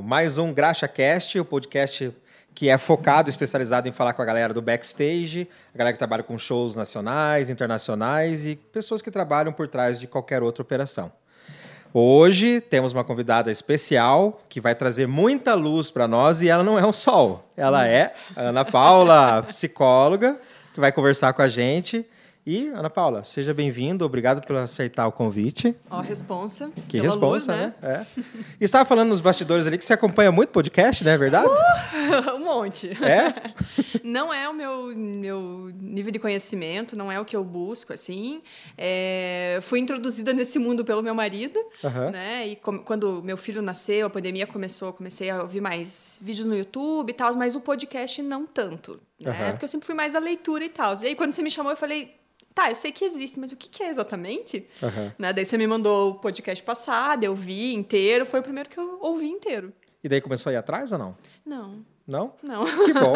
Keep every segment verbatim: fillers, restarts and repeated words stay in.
mais um GraxaCast, o podcast que é focado, especializado em falar com a galera do backstage, a galera que trabalha com shows nacionais, internacionais e pessoas que trabalham por trás de qualquer outra operação. Hoje temos uma convidada especial que vai trazer muita luz para nós e ela não é um sol, ela é a Ana Paula, psicóloga, que vai conversar com a gente. E, Ana Paula, seja bem-vinda, obrigado por aceitar o convite. Ó, responsa. Que responsa, luz, né? né? É. E estava falando nos bastidores ali que você acompanha muito podcast, não é verdade? Uh, um monte. É? Não é o meu, meu nível de conhecimento, não é o que eu busco, assim. É, fui introduzida nesse mundo pelo meu marido, uhum. né? E com, quando meu filho nasceu, a pandemia começou, comecei a ouvir mais vídeos no YouTube e tal, mas o podcast não tanto, né? Uhum. Porque eu sempre fui mais a leitura e tal. E aí, quando você me chamou, eu falei... Tá, eu sei que existe, mas o que, que é exatamente? Uhum. Né? Daí você me mandou o podcast passado, eu vi inteiro, foi o primeiro que eu ouvi inteiro. E daí começou a ir atrás ou não? Não. Não? Não. Que bom.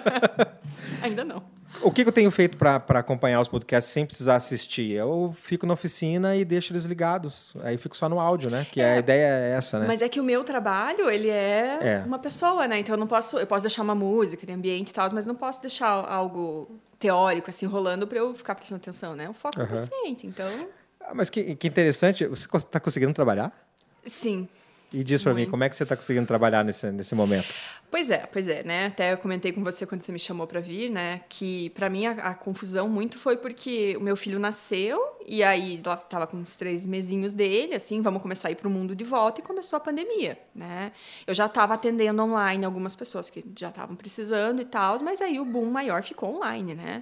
Ainda não. O que, que eu tenho feito para acompanhar os podcasts sem precisar assistir? Eu fico na oficina e deixo eles ligados. Aí fico só no áudio, né? Que é. a ideia é essa, né? Mas é que o meu trabalho, ele é, é uma pessoa, né? Então eu não posso... Eu posso deixar uma música de ambiente e tal, mas não posso deixar algo... teórico, assim, rolando para eu ficar prestando atenção, né? O foco uhum. é o paciente, então... Ah, mas que, que interessante. Você está conseguindo trabalhar? Sim. E diz para mim, como é que você está conseguindo trabalhar nesse, nesse momento? Pois é, pois é, né? Até eu comentei com você quando você me chamou para vir, né? Que para mim a, a confusão muito foi porque o meu filho nasceu e aí lá tava com uns três mesinhos dele, assim, vamos começar a ir para o mundo de volta e começou a pandemia, né? Eu já estava atendendo online algumas pessoas que já estavam precisando e tal, mas aí o boom maior ficou online, né?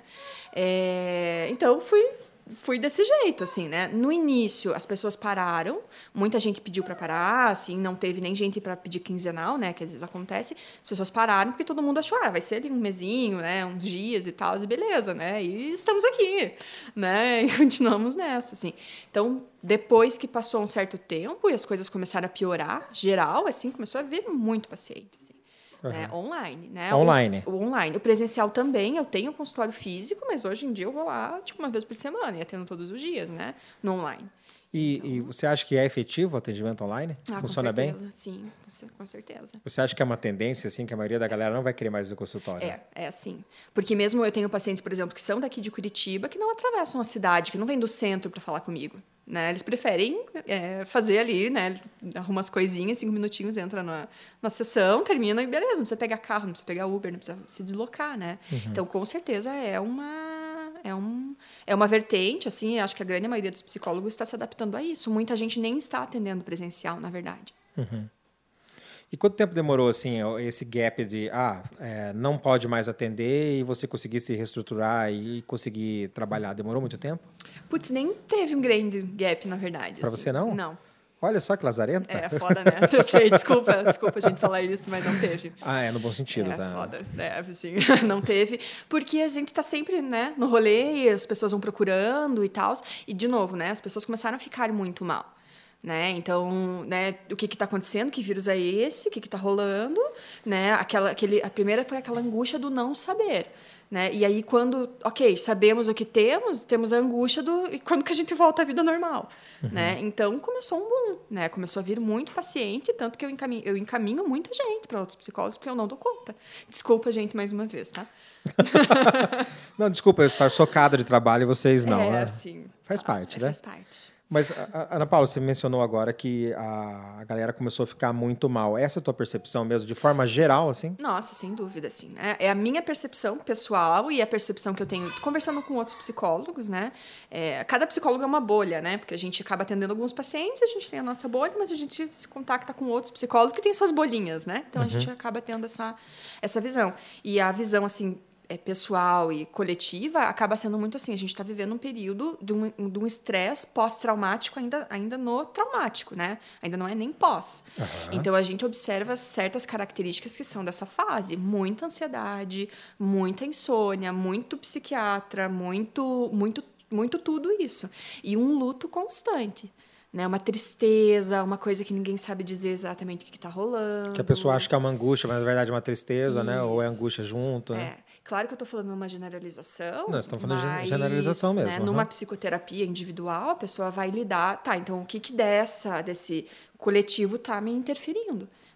É, então fui Fui desse jeito, assim, né? No início, as pessoas pararam, muita gente pediu para parar, assim, não teve nem gente para pedir quinzenal, né? Que às vezes acontece. As pessoas pararam porque todo mundo achou, ah, vai ser ali um mesinho, né? Uns dias e tal, e beleza, né? E estamos aqui, né? E continuamos nessa, assim. Então, depois que passou um certo tempo e as coisas começaram a piorar, geral, assim, começou a vir muito paciente, assim. Uhum. Né? Online, né? Online. O, o online. O presencial também, eu tenho consultório físico, mas hoje em dia eu vou lá, tipo, uma vez por semana, e atendo todos os dias, né? No online. E, então... e você acha que é efetivo o atendimento online? Ah, Funciona com certeza, bem? Sim, com certeza. Você acha que é uma tendência, assim, que a maioria da galera não vai querer mais o consultório? É, é assim. Porque mesmo eu tenho pacientes, por exemplo, que são daqui de Curitiba, que não atravessam a cidade, que não vêm do centro para falar comigo. Né? Eles preferem é, fazer ali, né? Arruma as coisinhas, cinco minutinhos, entra na, na sessão, termina e beleza, não precisa pegar carro, não precisa pegar Uber, não precisa se deslocar, né? Uhum. Então, com certeza, é uma, é, um, é uma vertente, assim, acho que a grande maioria dos psicólogos está se adaptando a isso. Muita gente nem está atendendo presencial, na verdade. Uhum. E quanto tempo demorou, assim, esse gap de, ah, é, não pode mais atender e você conseguir se reestruturar e conseguir trabalhar? Demorou muito tempo? Putz, nem teve um grande gap, na verdade. Para assim. você, não? Não. Olha só que lazarenta. É, foda, né? Eu sei, desculpa, desculpa a gente falar isso, mas não teve. Ah, é, no bom sentido, é, tá? Foda, é, assim, não teve. Porque a gente tá sempre, né, no rolê e as pessoas vão procurando e tal. E, de novo, né, as pessoas começaram a ficar muito mal. Né? Então, né, o que está acontecendo? Que vírus é esse? O que está rolando? Né? Aquela, aquele, a primeira foi aquela angústia do não saber. Né? E aí, quando, ok, sabemos o que temos, temos a angústia do... E quando que a gente volta à vida normal? Uhum. Né? Então, começou um boom. Né? Começou a vir muito paciente, tanto que eu encaminho, eu encaminho muita gente para outros psicólogos, porque eu não dou conta. Desculpa, gente, mais uma vez, tá? Não, desculpa eu estar socada de trabalho e vocês não. É, né? assim, faz parte, né? Faz parte. Mas, Ana Paula, você mencionou agora que a galera começou a ficar muito mal. Essa é a tua percepção mesmo, de forma geral, assim? Nossa, sem dúvida, assim. Né? É a minha percepção pessoal e a percepção que eu tenho conversando com outros psicólogos, né? É, cada psicólogo é uma bolha, né? Porque a gente acaba atendendo alguns pacientes, a gente tem a nossa bolha, mas a gente se contacta com outros psicólogos que têm suas bolinhas, né? Então, uhum. a gente acaba tendo essa, essa visão. E a visão, assim... É, pessoal e coletiva, acaba sendo muito assim. A gente está vivendo um período de um, de um estresse pós-traumático ainda, ainda no traumático, né? Ainda não é nem pós. Uhum. Então, a gente observa certas características que são dessa fase. Muita ansiedade, muita insônia, muito psiquiatra, muito, muito, muito tudo isso. E um luto constante. Né, uma tristeza, uma coisa que ninguém sabe dizer exatamente o que está rolando. Que a pessoa acha que é uma angústia, mas na verdade é uma tristeza, Isso, né? Ou é angústia junto. É. Né? Claro que eu estou falando numa generalização. Nós estamos falando mas, de generalização mesmo. Né, uhum. Numa psicoterapia individual, a pessoa vai lidar... Tá, então o que, que dessa, desse coletivo está me interferindo?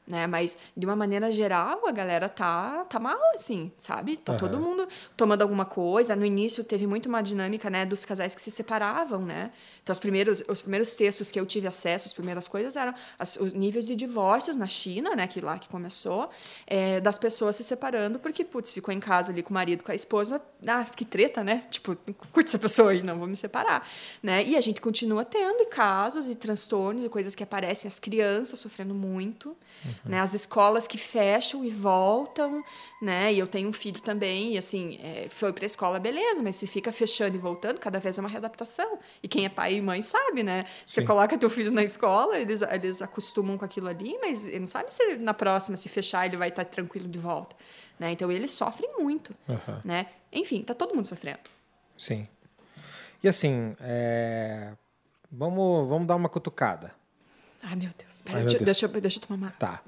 né? Mas, de uma maneira geral, a galera tá, tá mal, assim, sabe? Tá uhum. todo mundo tomando alguma coisa. No início, teve muito uma dinâmica, né, dos casais que se separavam, né? Então, os primeiros, os primeiros textos que eu tive acesso, as primeiras coisas, eram as, os níveis de divórcios na China, né, que lá que começou, é, das pessoas se separando porque, putz, ficou em casa ali com o marido, com a esposa. Ah, que treta, né? Tipo, curte essa pessoa aí, não, vou me separar, né? E a gente continua tendo casos e transtornos e coisas que aparecem, as crianças sofrendo muito, uhum. né? As escolas que fecham e voltam, né? E eu tenho um filho também, e assim, é, foi para a escola, beleza, mas se fica fechando e voltando, cada vez é uma readaptação. E quem é pai e mãe sabe, né? Sim. Você coloca teu filho na escola, eles, eles acostumam com aquilo ali, mas ele não sabe se na próxima, se fechar, ele vai estar tranquilo de volta, né? Então, eles sofrem muito, uhum. né? Enfim, tá todo mundo sofrendo. Sim. E assim, é... vamos, vamos dar uma cutucada. Ai, meu Deus. Peraí, deixa, deixa, deixa eu tomar uma. Tá.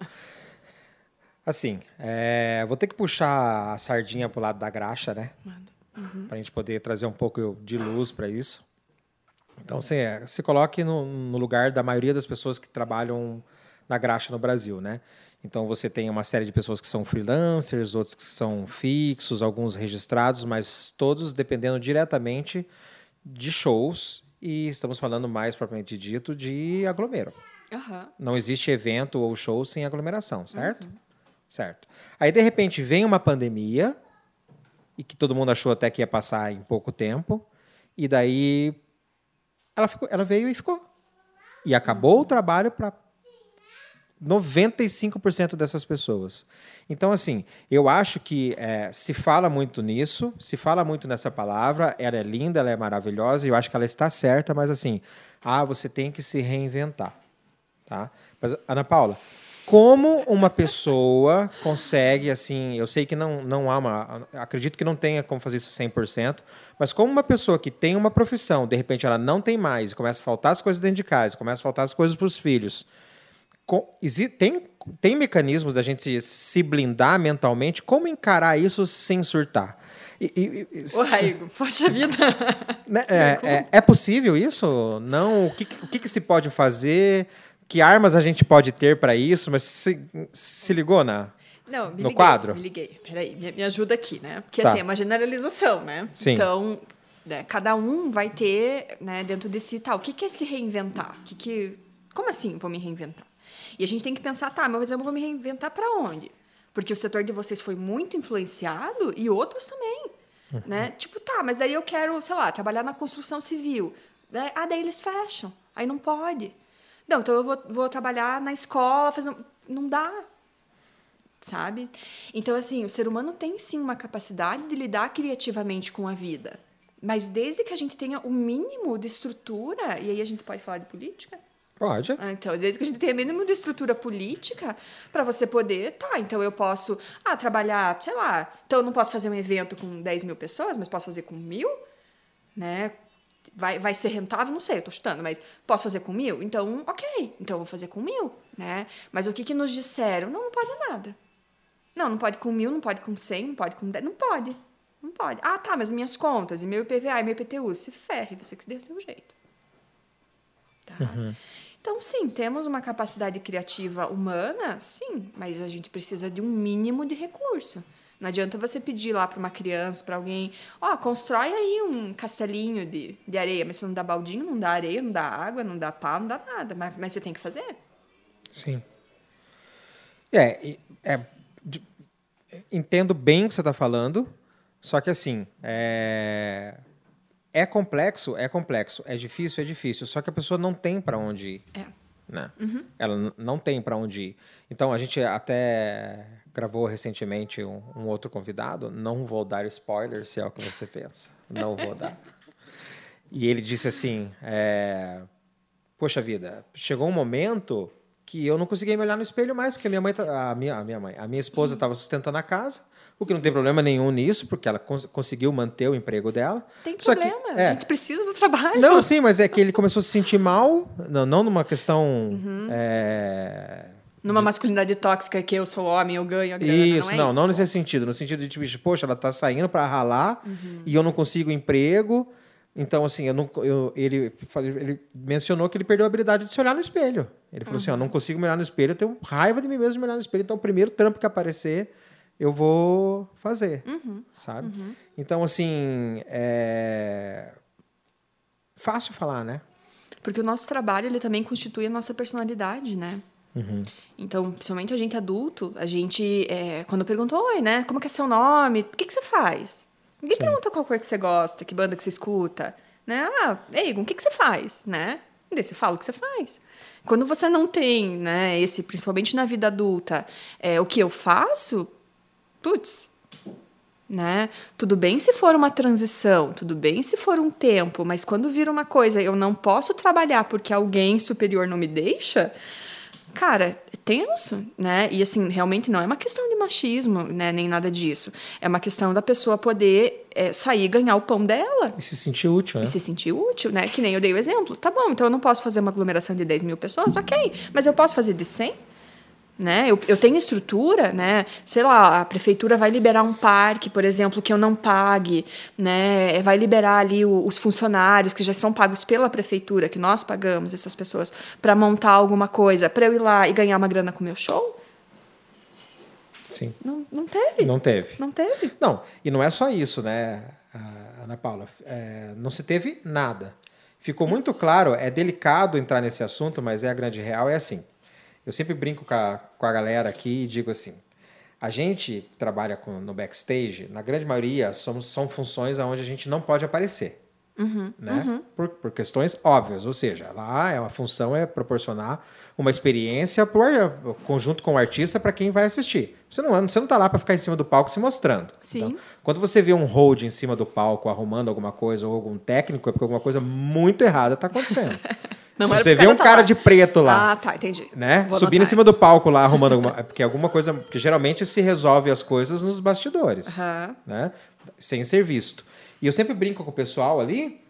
Assim, é... vou ter que puxar a sardinha pro lado da graxa, né? Manda. Uhum. Pra gente poder trazer um pouco de luz para isso. Então, você se coloque no, no lugar da maioria das pessoas que trabalham na graxa no Brasil, né? Então, você tem uma série de pessoas que são freelancers, outros que são fixos, alguns registrados, mas todos dependendo diretamente de shows, e estamos falando mais propriamente dito de aglomero. Uhum. Não existe evento ou show sem aglomeração, certo? Uhum. Certo. Aí, de repente, vem uma pandemia, e que todo mundo achou até que ia passar em pouco tempo, e daí ela, ficou, ela veio e ficou. E acabou uhum. o trabalho para noventa e cinco por cento dessas pessoas. Então, assim, eu acho que é, se fala muito nisso, se fala muito nessa palavra, ela é linda, ela é maravilhosa, e eu acho que ela está certa, mas assim, ah, você tem que se reinventar. Tá? Mas, Ana Paula, como uma pessoa consegue, assim, eu sei que não, não há uma, acredito que não tenha como fazer isso cem por cento, mas como uma pessoa que tem uma profissão, de repente ela não tem mais, e começa a faltar as coisas dentro de casa, começa a faltar as coisas para os filhos, Tem, tem mecanismos da gente se blindar mentalmente? Como encarar isso sem surtar? E, e, Ô, Raigo, poxa vida! Né, é, é, é possível isso? Não? O que, o que, que se pode fazer? Que armas a gente pode ter para isso? Mas se, se ligou na, Não, me no liguei, quadro? Me liguei. Peraí, me, me ajuda aqui, né? Porque Tá. assim, é uma generalização, né? Sim. Então, né, cada um vai ter, né, dentro de si, tá, o que, que é se reinventar? O que que, como assim vou me reinventar? E a gente tem que pensar, tá, mas eu vou me reinventar para onde? Porque o setor de vocês foi muito influenciado e outros também, uhum. né? Tipo, tá, mas daí eu quero, sei lá, trabalhar na construção civil. Né? Ah, daí eles fecham. Aí não pode. Não, então eu vou, vou trabalhar na escola, fazendo... Não dá, sabe? Então, assim, o ser humano tem, sim, uma capacidade de lidar criativamente com a vida. Mas desde que a gente tenha o mínimo de estrutura, e aí a gente pode falar de política? Pode. Ah, então, desde que a gente tenha mínimo de estrutura política para você poder, tá, então eu posso ah, trabalhar, sei lá, então eu não posso fazer um evento com dez mil pessoas, mas posso fazer com mil, né? Vai, vai ser rentável? Não sei, eu tô chutando, mas posso fazer com mil? Então, ok, então eu vou fazer com mil, né? Mas o que que nos disseram? Não, não pode nada. Não, não pode com mil, não pode com cem, não pode com dez, não pode, não pode. Ah, tá, mas minhas contas, e meu I P V A, e meu I P T U, se ferre, você que deu o teu jeito. Tá? Uhum. Então, sim, temos uma capacidade criativa humana, sim, mas a gente precisa de um mínimo de recurso. Não adianta você pedir lá para uma criança, para alguém, ó, oh, constrói aí um castelinho de, de areia, mas você não dá baldinho, não dá areia, não dá água, não dá pau, não dá nada, mas, mas você tem que fazer. Sim. É, é, de, entendo bem o que você está falando, só que assim, é... É complexo? É complexo. É difícil? É difícil. Só que a pessoa não tem para onde ir. É. Né? Uhum. Ela n- não tem para onde ir. Então, a gente até gravou recentemente um, um outro convidado. Não vou dar spoiler, se é o que você pensa. Não vou dar. E ele disse assim, é, poxa vida, chegou um momento que eu não conseguia me olhar no espelho mais, porque a minha mãe, a minha, a minha mãe, a minha esposa estava sustentando a casa. O que não tem problema nenhum nisso, porque ela cons- conseguiu manter o emprego dela. Tem Só problema, que, é, a gente precisa do trabalho. Não, sim, mas é que ele começou a se sentir mal, não, não numa questão... Uhum. É, numa de... masculinidade tóxica, que eu sou homem, eu ganho a grana, isso, não é não, isso? não nesse sentido. No sentido de, tipo, poxa, ela está saindo para ralar uhum. e eu não consigo emprego, Então, assim, eu não, eu, ele, ele mencionou que ele perdeu a habilidade de se olhar no espelho. Ele falou uhum. assim, ó, não consigo me olhar no espelho, eu tenho raiva de mim mesmo de me olhar no espelho, então o primeiro trampo que aparecer, eu vou fazer, uhum. sabe? Uhum. Então, assim, é fácil falar, né? Porque o nosso trabalho, ele também constitui a nossa personalidade, né? Uhum. Então, principalmente a gente adulto, a gente, é, quando pergunta, oi, né, como que é seu nome? O que, que você faz? Ninguém Sim. pergunta qual cor que você gosta, que banda que você escuta, né? Ah, Egon, o que, que você faz, né? E daí você fala o que você faz. Quando você não tem, né, esse, principalmente na vida adulta, é, o que eu faço, putz, né? Tudo bem se for uma transição, tudo bem se for um tempo, mas quando vira uma coisa, eu não posso trabalhar porque alguém superior não me deixa, cara, é tenso, né? E, assim, realmente não é uma questão de machismo, né? Nem nada disso. É uma questão da pessoa poder é, sair e ganhar o pão dela. E se sentir útil, né? E se sentir útil, né? Que nem eu dei o exemplo. Tá bom, então eu não posso fazer uma aglomeração de dez mil pessoas? Ok. Mas eu posso fazer de cem? Né? Eu, eu tenho estrutura, né? Sei lá, a prefeitura vai liberar um parque, por exemplo, que eu não pague, né? Vai liberar ali o, os funcionários que já são pagos pela prefeitura, que nós pagamos essas pessoas, para montar alguma coisa, para eu ir lá e ganhar uma grana com o meu show? Sim. Não, não teve. Não teve. Não teve. Não, e não é só isso, né, Ana Paula? É, não se teve nada. Ficou isso. muito claro, é delicado entrar nesse assunto, mas é a grande real, é assim. Eu sempre brinco com a, com a galera aqui e digo assim, a gente trabalha com, no backstage, na grande maioria somos, são funções onde a gente não pode aparecer. Uhum, né? uhum. Por, por questões óbvias, ou seja, lá é uma função é proporcionar uma experiência por conjunto com o artista para quem vai assistir. Você não você não está lá para ficar em cima do palco se mostrando. Sim. Então, quando você vê um hold em cima do palco arrumando alguma coisa ou algum técnico, é porque alguma coisa muito errada está acontecendo. Não, se você vê um cara, tá de preto lá, ah, tá, entendi. Né? Subindo em cima do palco lá, arrumando alguma... Porque alguma coisa... Porque geralmente se resolve as coisas nos bastidores. Uhum. Né? Sem ser visto. E eu sempre brinco com o pessoal ali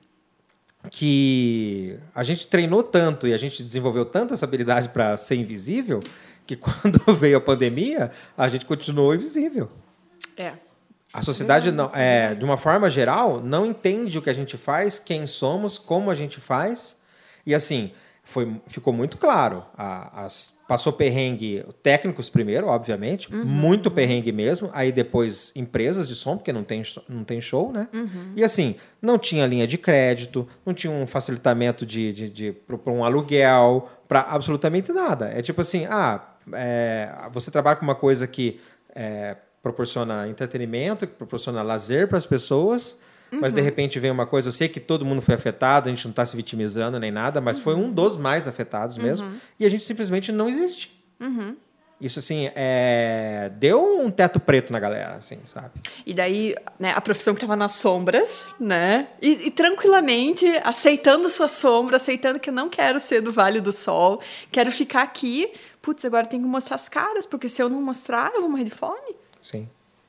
que a gente treinou tanto e a gente desenvolveu tanto essa habilidade para ser invisível que quando veio a pandemia, a gente continuou invisível. É. A sociedade, não, é, de uma forma geral, não entende o que a gente faz, quem somos, como a gente faz. E assim, foi, ficou muito claro. A, as, passou perrengue técnicos primeiro, obviamente, uhum. muito perrengue mesmo. Aí depois empresas de som, porque não tem, não tem show, né? Uhum. E assim, não tinha linha de crédito, não tinha um facilitamento de, de, de, para um aluguel, para absolutamente nada. É tipo assim, ah, é, você trabalha com uma coisa que é, proporciona entretenimento, que proporciona lazer para as pessoas... Mas, de repente, vem uma coisa... Eu sei que todo mundo foi afetado, a gente não está se vitimizando nem nada, mas uhum. foi um dos mais afetados mesmo. Uhum. E a gente simplesmente não existe. Uhum. Isso, assim, é... deu um teto preto na galera, assim, sabe? E daí, né, a profissão que estava nas sombras, né? E, e tranquilamente aceitando sua sombra, aceitando que eu não quero ser do Vale do Sol, quero ficar aqui. Putz, agora tenho que mostrar as caras, porque se eu não mostrar, eu vou morrer de fome. Sim.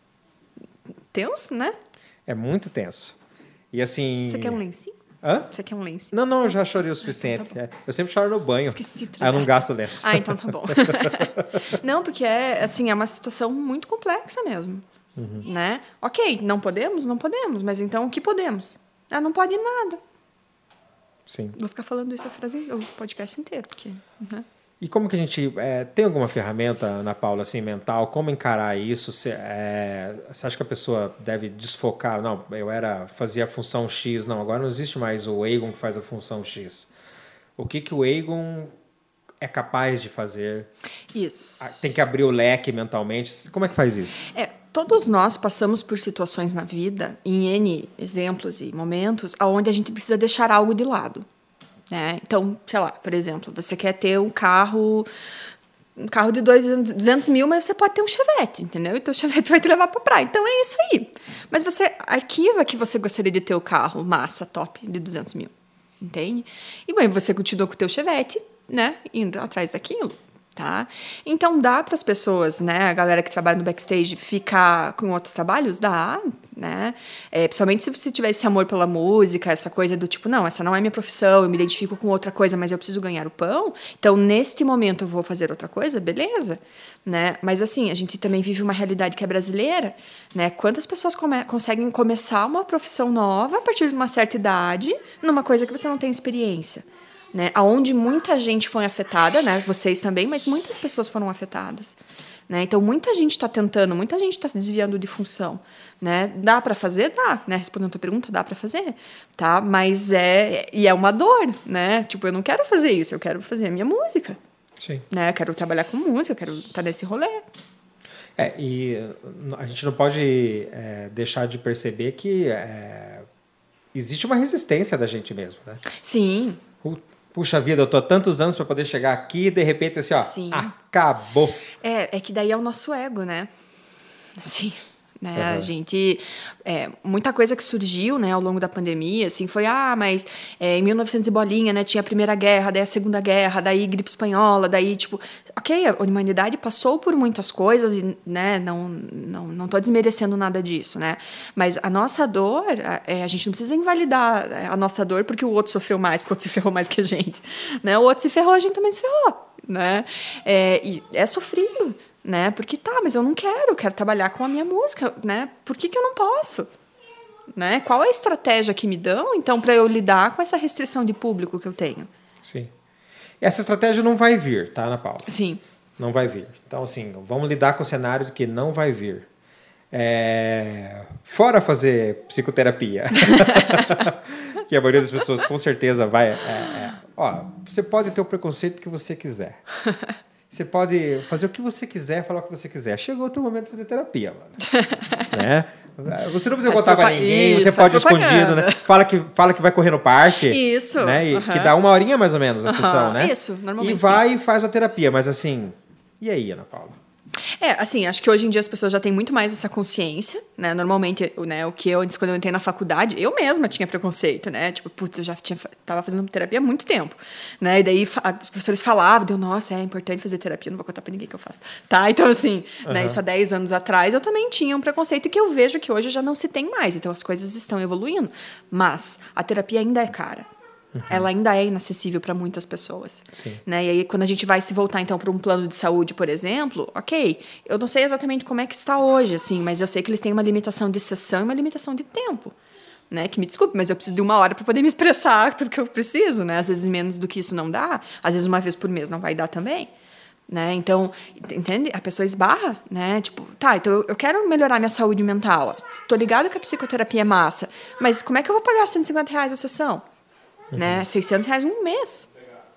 Tenso, né? É muito tenso. E assim... Você quer um lencinho? Hã? Você quer um lencinho? Não, não, eu já chorei o suficiente. Ah, então tá, eu sempre choro no banho. Esqueci. Aí eu não gasto dessa. Ah, então tá bom. Não, porque é, assim, é uma situação muito complexa mesmo. Uhum. Né? Ok, não podemos? Não podemos. Mas então o que podemos? Ah, não pode nada. Sim. Vou ficar falando isso a frase, o podcast inteiro, porque... Né? E como que a gente... É, tem alguma ferramenta, Ana Paula, assim, mental? Como encarar isso? Você, é, você acha que a pessoa deve desfocar? Não, eu era, fazia a função X. Não, agora não existe mais o Egon que faz a função X. O que, que o Egon é capaz de fazer? Isso. Tem que abrir o leque mentalmente. Como é que faz isso? É, todos nós passamos por situações na vida, em N exemplos e momentos, onde a gente precisa deixar algo de lado. É, então, sei lá, por exemplo, você quer ter um carro, um carro de duzentos mil, mas você pode ter um Chevette, entendeu? Então o Chevette vai te levar para a praia. Então é isso aí. Mas você arquiva que você gostaria de ter o carro massa, top, de duzentos mil, entende? E bem, você continua com o teu Chevette, né, indo atrás daquilo. Tá? Então dá para as pessoas, né, a galera que trabalha no backstage, ficar com outros trabalhos? Dá, né? É, principalmente se você tiver esse amor pela música, essa coisa do tipo, não, essa não é minha profissão, eu me identifico com outra coisa, mas eu preciso ganhar o pão, então neste momento eu vou fazer outra coisa, beleza, né? Mas assim, a gente também vive uma realidade que é brasileira, né? Quantas pessoas come- conseguem começar uma profissão nova a partir de uma certa idade, numa coisa que você não tem experiência? Né, onde muita gente foi afetada, né, vocês também, mas muitas pessoas foram afetadas. Né, então, muita gente está tentando, muita gente está se desviando de função. Né, dá para fazer? Dá. Né, respondendo a tua pergunta, dá para fazer. Tá? Mas é, e é uma dor. Né? Tipo, eu não quero fazer isso, eu quero fazer a minha música. Sim. Né, eu quero trabalhar com música, eu quero estar nesse rolê. É, e a gente não pode é, deixar de perceber que é, existe uma resistência da gente mesmo. Né? Sim. O Puxa vida, eu tô há tantos anos para poder chegar aqui e de repente assim, ó, Sim. acabou. É, é que daí é o nosso ego, né? Assim, né? Uhum. A gente... É, muita coisa que surgiu, né, ao longo da pandemia, assim, foi, ah, mas é, em mil e novecentos e bolinha, né, tinha a Primeira Guerra, daí a Segunda Guerra, daí gripe espanhola, daí, tipo... Ok, a humanidade passou por muitas coisas e, né, não, não, não tô desmerecendo nada disso, né? Mas a nossa dor, a, é, a gente não precisa invalidar a nossa dor porque o outro sofreu mais, porque o outro se ferrou mais que a gente, né? O outro se ferrou, a gente também se ferrou, né? É, e é sofrido, né? Porque tá, mas eu não quero, eu quero trabalhar com a minha música, né? Por que que eu não posso? Né? Qual é a estratégia que me dão, então, para eu lidar com essa restrição de público que eu tenho? Sim. Essa estratégia não vai vir, tá, Ana Paula? Sim. Não vai vir. Então, assim, vamos lidar com o cenário de que não vai vir. É... Fora fazer psicoterapia, que a maioria das pessoas com certeza vai... É, é... Ó, você pode ter o preconceito que você quiser. Você pode fazer o que você quiser, falar o que você quiser. Chegou o teu momento de fazer terapia, mano. Né? Você não precisa contar para ninguém, isso, você pode ir escondido, né? Fala que, fala que vai correr no parque. Isso. Né? E, uhum. Que dá uma horinha mais ou menos a uhum. sessão, né? Isso, normalmente. E vai sim. e faz a terapia. Mas assim, e aí, Ana Paula? É, assim, acho que hoje em dia as pessoas já têm muito mais essa consciência, né? Normalmente, né, o que eu, antes, quando eu entrei na faculdade, eu mesma tinha preconceito, né? Tipo, putz, eu já tinha, tava fazendo terapia há muito tempo, né? E daí os professores falavam, deu, nossa, é importante fazer terapia, não vou contar pra ninguém que eu faço, tá? Então, assim, uhum. né, isso há dez anos atrás, eu também tinha um preconceito que eu vejo que hoje já não se tem mais, então as coisas estão evoluindo, mas a terapia ainda é cara. Uhum. Ela ainda é inacessível para muitas pessoas. Sim. Né? E aí, quando a gente vai se voltar, então, para um plano de saúde, por exemplo, ok, eu não sei exatamente como é que está hoje, assim, mas eu sei que eles têm uma limitação de sessão e uma limitação de tempo. Né? Que me desculpe, mas eu preciso de uma hora para poder me expressar tudo que eu preciso. Né? Às vezes, menos do que isso não dá. Às vezes, uma vez por mês não vai dar também. Né? Então, entende? A pessoa esbarra, né? Tipo, tá, então eu quero melhorar minha saúde mental. Tô ligada que a psicoterapia é massa, mas como é que eu vou pagar cento e cinquenta reais a sessão? Uhum. Né? seiscentos reais um mês.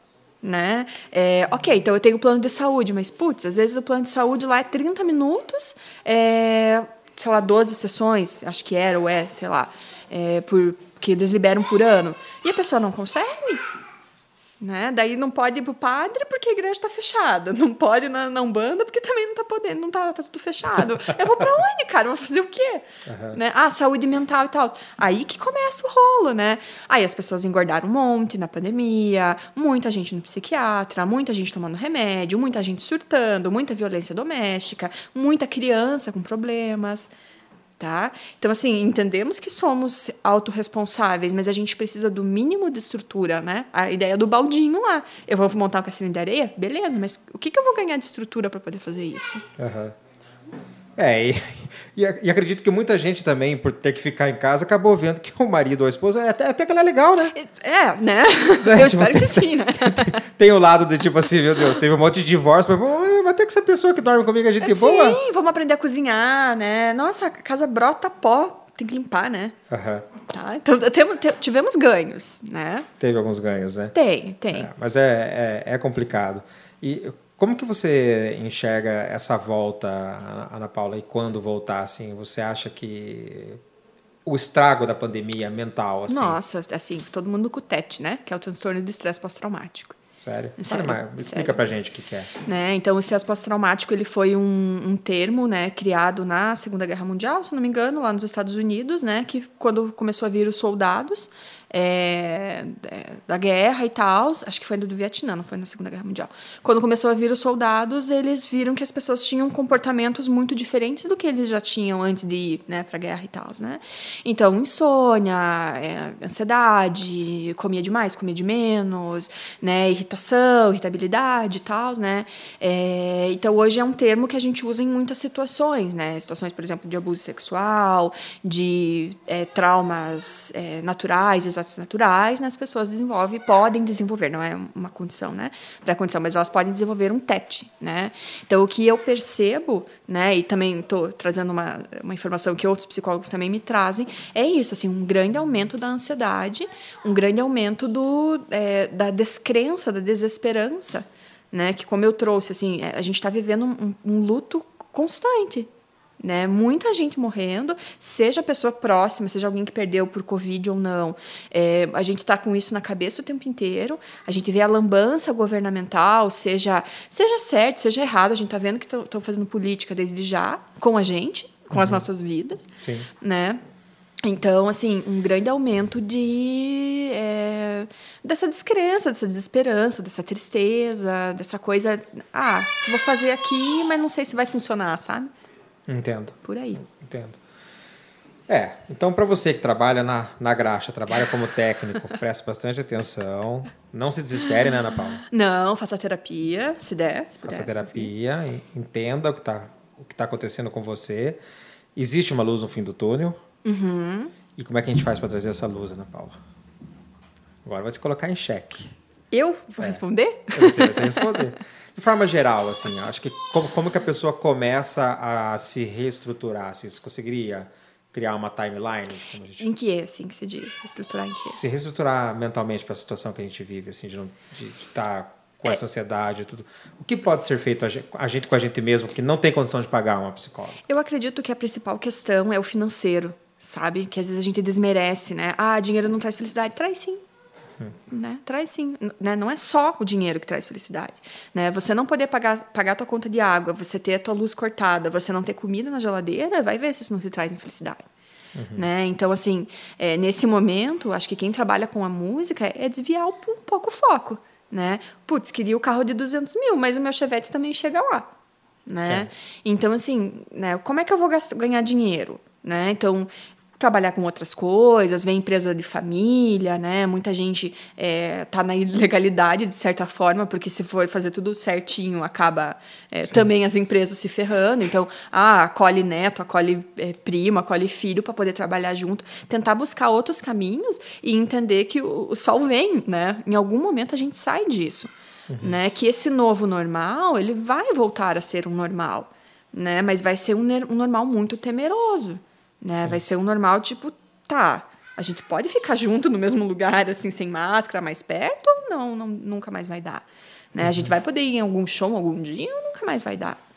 Né? É, ok, então eu tenho o plano de saúde, mas, putz, às vezes o plano de saúde lá é trinta minutos, é, sei lá, doze sessões, acho que era ou é, sei lá, é, por, que eles liberam por ano. E a pessoa não consegue. Né? Daí não pode ir pro padre porque a igreja está fechada. Não pode ir na, na Umbanda porque também não está podendo, não está tá tudo fechado. Eu vou para onde, cara? Eu vou fazer o quê? Uhum. Né? Ah, saúde mental e tal. Aí que começa o rolo, né? Aí as pessoas engordaram um monte na pandemia, muita gente no psiquiatra, muita gente tomando remédio, muita gente surtando, muita violência doméstica, muita criança com problemas. Tá? Então, assim, entendemos que somos autorresponsáveis, mas a gente precisa do mínimo de estrutura, né? A ideia do baldinho lá. Eu vou montar um castelinho de areia? Beleza, mas o que, que eu vou ganhar de estrutura para poder fazer isso? Uhum. É, e, e acredito que muita gente também, por ter que ficar em casa, acabou vendo que o marido ou a esposa, é até, até que ela é legal, né? É, né? né? Eu tipo, espero tem, que sim, né? Tem, tem o lado de tipo assim, meu Deus, teve um monte de divórcio, mas, mas até que essa pessoa que dorme comigo é gente é, boa. Sim, vamos aprender a cozinhar, né? Nossa, a casa brota pó, tem que limpar, né? Uhum. Tá? Então, temos, tivemos ganhos, né? Teve alguns ganhos, né? Tem, tem. É, mas é, é, é complicado. E como que você enxerga essa volta, Ana Paula, e quando voltar, assim, você acha que o estrago da pandemia mental, assim... Nossa, assim, todo mundo com o T E T, né? Que é o transtorno de estresse pós-traumático. Sério? Sério, mais, explica sério. pra gente o que, que é. Né? Então, o estresse pós-traumático, ele foi um, um termo, né, criado na Segunda Guerra Mundial, se não me engano, lá nos Estados Unidos, né, que quando começou a vir os soldados, é, da guerra e tal, acho que foi do Vietnã, não foi na Segunda Guerra Mundial. Quando começou a vir os soldados, eles viram que as pessoas tinham comportamentos muito diferentes do que eles já tinham antes de ir, né, para a guerra e tal, né? Então, insônia, é, ansiedade, comia demais, comia de menos, né, irritação, irritabilidade e tal, né? É, então, hoje é um termo que a gente usa em muitas situações, né? Situações, por exemplo, de abuso sexual, de é, traumas é, naturais, desastres naturais, né, as pessoas desenvolvem, podem desenvolver, não é uma condição, né, pré-condição, mas elas podem desenvolver um T E P, né. Então, o que eu percebo, né, e também estou trazendo uma, uma informação que outros psicólogos também me trazem, é isso, assim, um grande aumento da ansiedade, um grande aumento do, é, da descrença, da desesperança, né, que como eu trouxe, assim, a gente está vivendo um, um luto constante, né? Muita gente morrendo, seja pessoa próxima, seja alguém que perdeu por Covid ou não. É, a gente está com isso na cabeça o tempo inteiro. A gente vê a lambança governamental, seja, seja certo, seja errado. A gente está vendo que estão fazendo política desde já, com a gente, com uhum. as nossas vidas. Sim. Né? Então, assim, um grande aumento de, é, dessa descrença, dessa desesperança, dessa tristeza, dessa coisa... Ah, vou fazer aqui, mas não sei se vai funcionar, sabe? Entendo. Por aí. Entendo. É, então para você que trabalha na, na graxa, trabalha como técnico, presta bastante atenção. Não se desespere, né, Ana Paula? Não, faça terapia, se der. Se puder, faça terapia, se entenda o que está o que tá acontecendo com você. Existe uma luz no fim do túnel. Uhum. E como é que a gente faz para trazer essa luz, Ana Paula? Agora vai te colocar em xeque. Eu vou é. responder? Eu sei, você responder. De forma geral, assim, acho que como, como que a pessoa começa a se reestruturar? Assim, você conseguiria criar uma timeline? Como a gente... Em que, assim, que se diz? Reestruturar em que? Se reestruturar mentalmente para a situação que a gente vive, assim, de estar tá com é. essa ansiedade e tudo. O que pode ser feito a gente, a gente com a gente mesmo que não tem condição de pagar uma psicóloga? Eu acredito que a principal questão é o financeiro, sabe? Que às vezes a gente desmerece, né? Ah, dinheiro não traz felicidade. Traz sim. Hum. Né? Traz sim, né? Não é só o dinheiro que traz felicidade, né? Você não poder pagar, pagar a tua conta de água, você ter a tua luz cortada, você não ter comida na geladeira, vai ver se isso não te traz felicidade. Uhum. Né? Então, assim, é, nesse momento, acho que quem trabalha com a música é desviar um pouco o foco, né? Putz, queria o carro de duzentos mil, mas o meu Chevette também chega lá, né? É. Então, assim, né? Como é que eu vou gastar, ganhar dinheiro, né? Então, trabalhar com outras coisas, ver empresa de família, né? Muita gente é, tá na ilegalidade, de certa forma, porque se for fazer tudo certinho, acaba é, também as empresas se ferrando. Então, ah, acolhe neto, acolhe é, primo, acolhe filho para poder trabalhar junto. Tentar buscar outros caminhos e entender que o, o sol vem, né? Em algum momento a gente sai disso. Uhum. Né? Que esse novo normal, ele vai voltar a ser um normal, né? Mas vai ser um, um normal muito temeroso. Né? Vai ser um normal, tipo, tá, a gente pode ficar junto no mesmo lugar, assim, sem máscara, mais perto, ou não, não nunca mais vai dar? Né? Uhum. A gente vai poder ir em algum show algum dia ou nunca mais vai dar?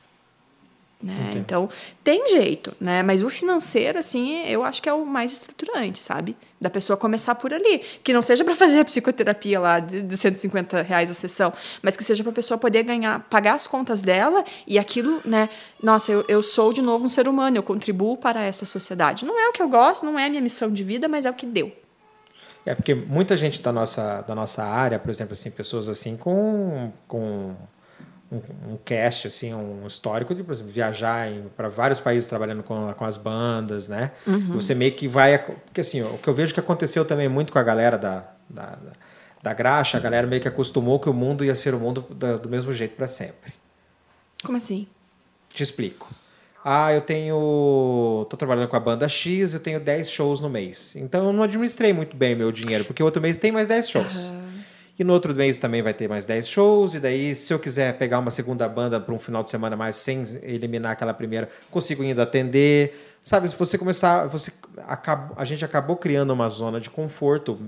Né? Então, tem jeito, né? Mas o financeiro, assim, eu acho que é o mais estruturante, sabe? Da pessoa começar por ali. Que não seja para fazer a psicoterapia lá de, de cento e cinquenta reais a sessão, mas que seja para a pessoa poder ganhar, pagar as contas dela e aquilo, né? Nossa, eu, eu sou de novo um ser humano, eu contribuo para essa sociedade. Não é o que eu gosto, não é a minha missão de vida, mas é o que deu. É porque muita gente da nossa, da nossa área, por exemplo, assim, pessoas assim com... com... Um, um cast, assim, um histórico de, por exemplo, viajar para vários países trabalhando com, com as bandas, né? Uhum. Você meio que vai... Porque, assim, o que eu vejo que aconteceu também muito com a galera da, da, da, da graxa, a galera meio que acostumou que o mundo ia ser o mundo da, do mesmo jeito para sempre. Como assim? Te explico. Ah, eu tenho... Estou trabalhando com a banda X, eu tenho dez shows no mês. Então, eu não administrei muito bem meu dinheiro, porque outro mês tem mais dez shows. Uhum. E no outro mês também vai ter mais dez shows, e daí, se eu quiser pegar uma segunda banda para um final de semana mais, sem eliminar aquela primeira, consigo ainda atender. Sabe, se você começar... Você acabou, a gente acabou criando uma zona de conforto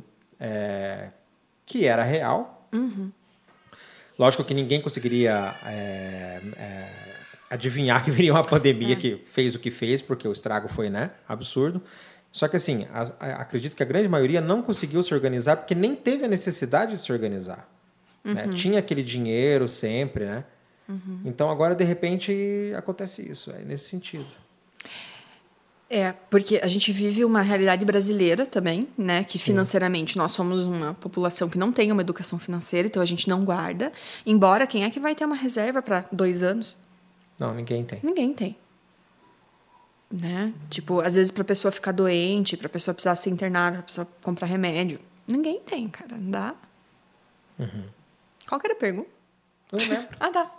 é, que era real. Uhum. Lógico que ninguém conseguiria é, é, adivinhar que viria uma pandemia é. que fez o que fez, porque o estrago foi, né, absurdo. Só que, assim, a, a, acredito que a grande maioria não conseguiu se organizar porque nem teve a necessidade de se organizar. Uhum. Né? Tinha aquele dinheiro sempre, né? Uhum. Então, agora, de repente, acontece isso. É nesse sentido. É, porque a gente vive uma realidade brasileira também, né? Que financeiramente nós somos uma população que não tem uma educação financeira, então a gente não guarda. Embora, quem é que vai ter uma reserva para dois anos? Não, ninguém tem. Ninguém tem. Né? Tipo, às vezes para a pessoa ficar doente, para a pessoa precisar ser internada, para a pessoa comprar remédio. Ninguém tem, cara. Não dá. Uhum. Qual que era a pergunta? Não lembro. Ah, tá.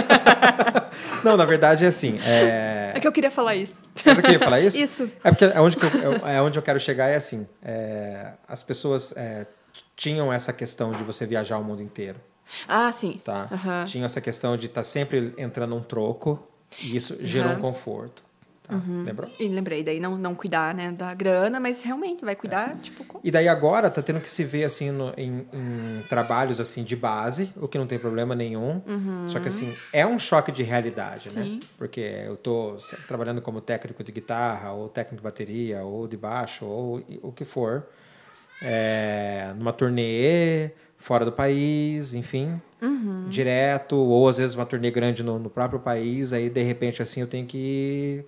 Não, na verdade é assim. É, é que eu queria falar isso. Você queria falar isso? Isso. É porque é onde, que eu, é onde eu quero chegar é assim. É, as pessoas é, tinham essa questão de você viajar o mundo inteiro. Ah, sim. Tá? Uhum. Tinham essa questão de estar tá sempre entrando um troco e isso gerou uhum. um conforto. Tá? Uhum. Lembrou? E lembrei, daí não, não cuidar, né, da grana, mas realmente vai cuidar, é. tipo... Com... E daí agora tá tendo que se ver, assim, no, em, em trabalhos, assim, de base, o que não tem problema nenhum. Uhum. Só que, assim, é um choque de realidade, Sim. né? Porque eu tô trabalhando como técnico de guitarra, ou técnico de bateria, ou de baixo, ou o que for. É, numa turnê, fora do país, enfim... Uhum. Direto, ou às vezes uma turnê grande no, no próprio país, aí, de repente, assim, eu tenho que...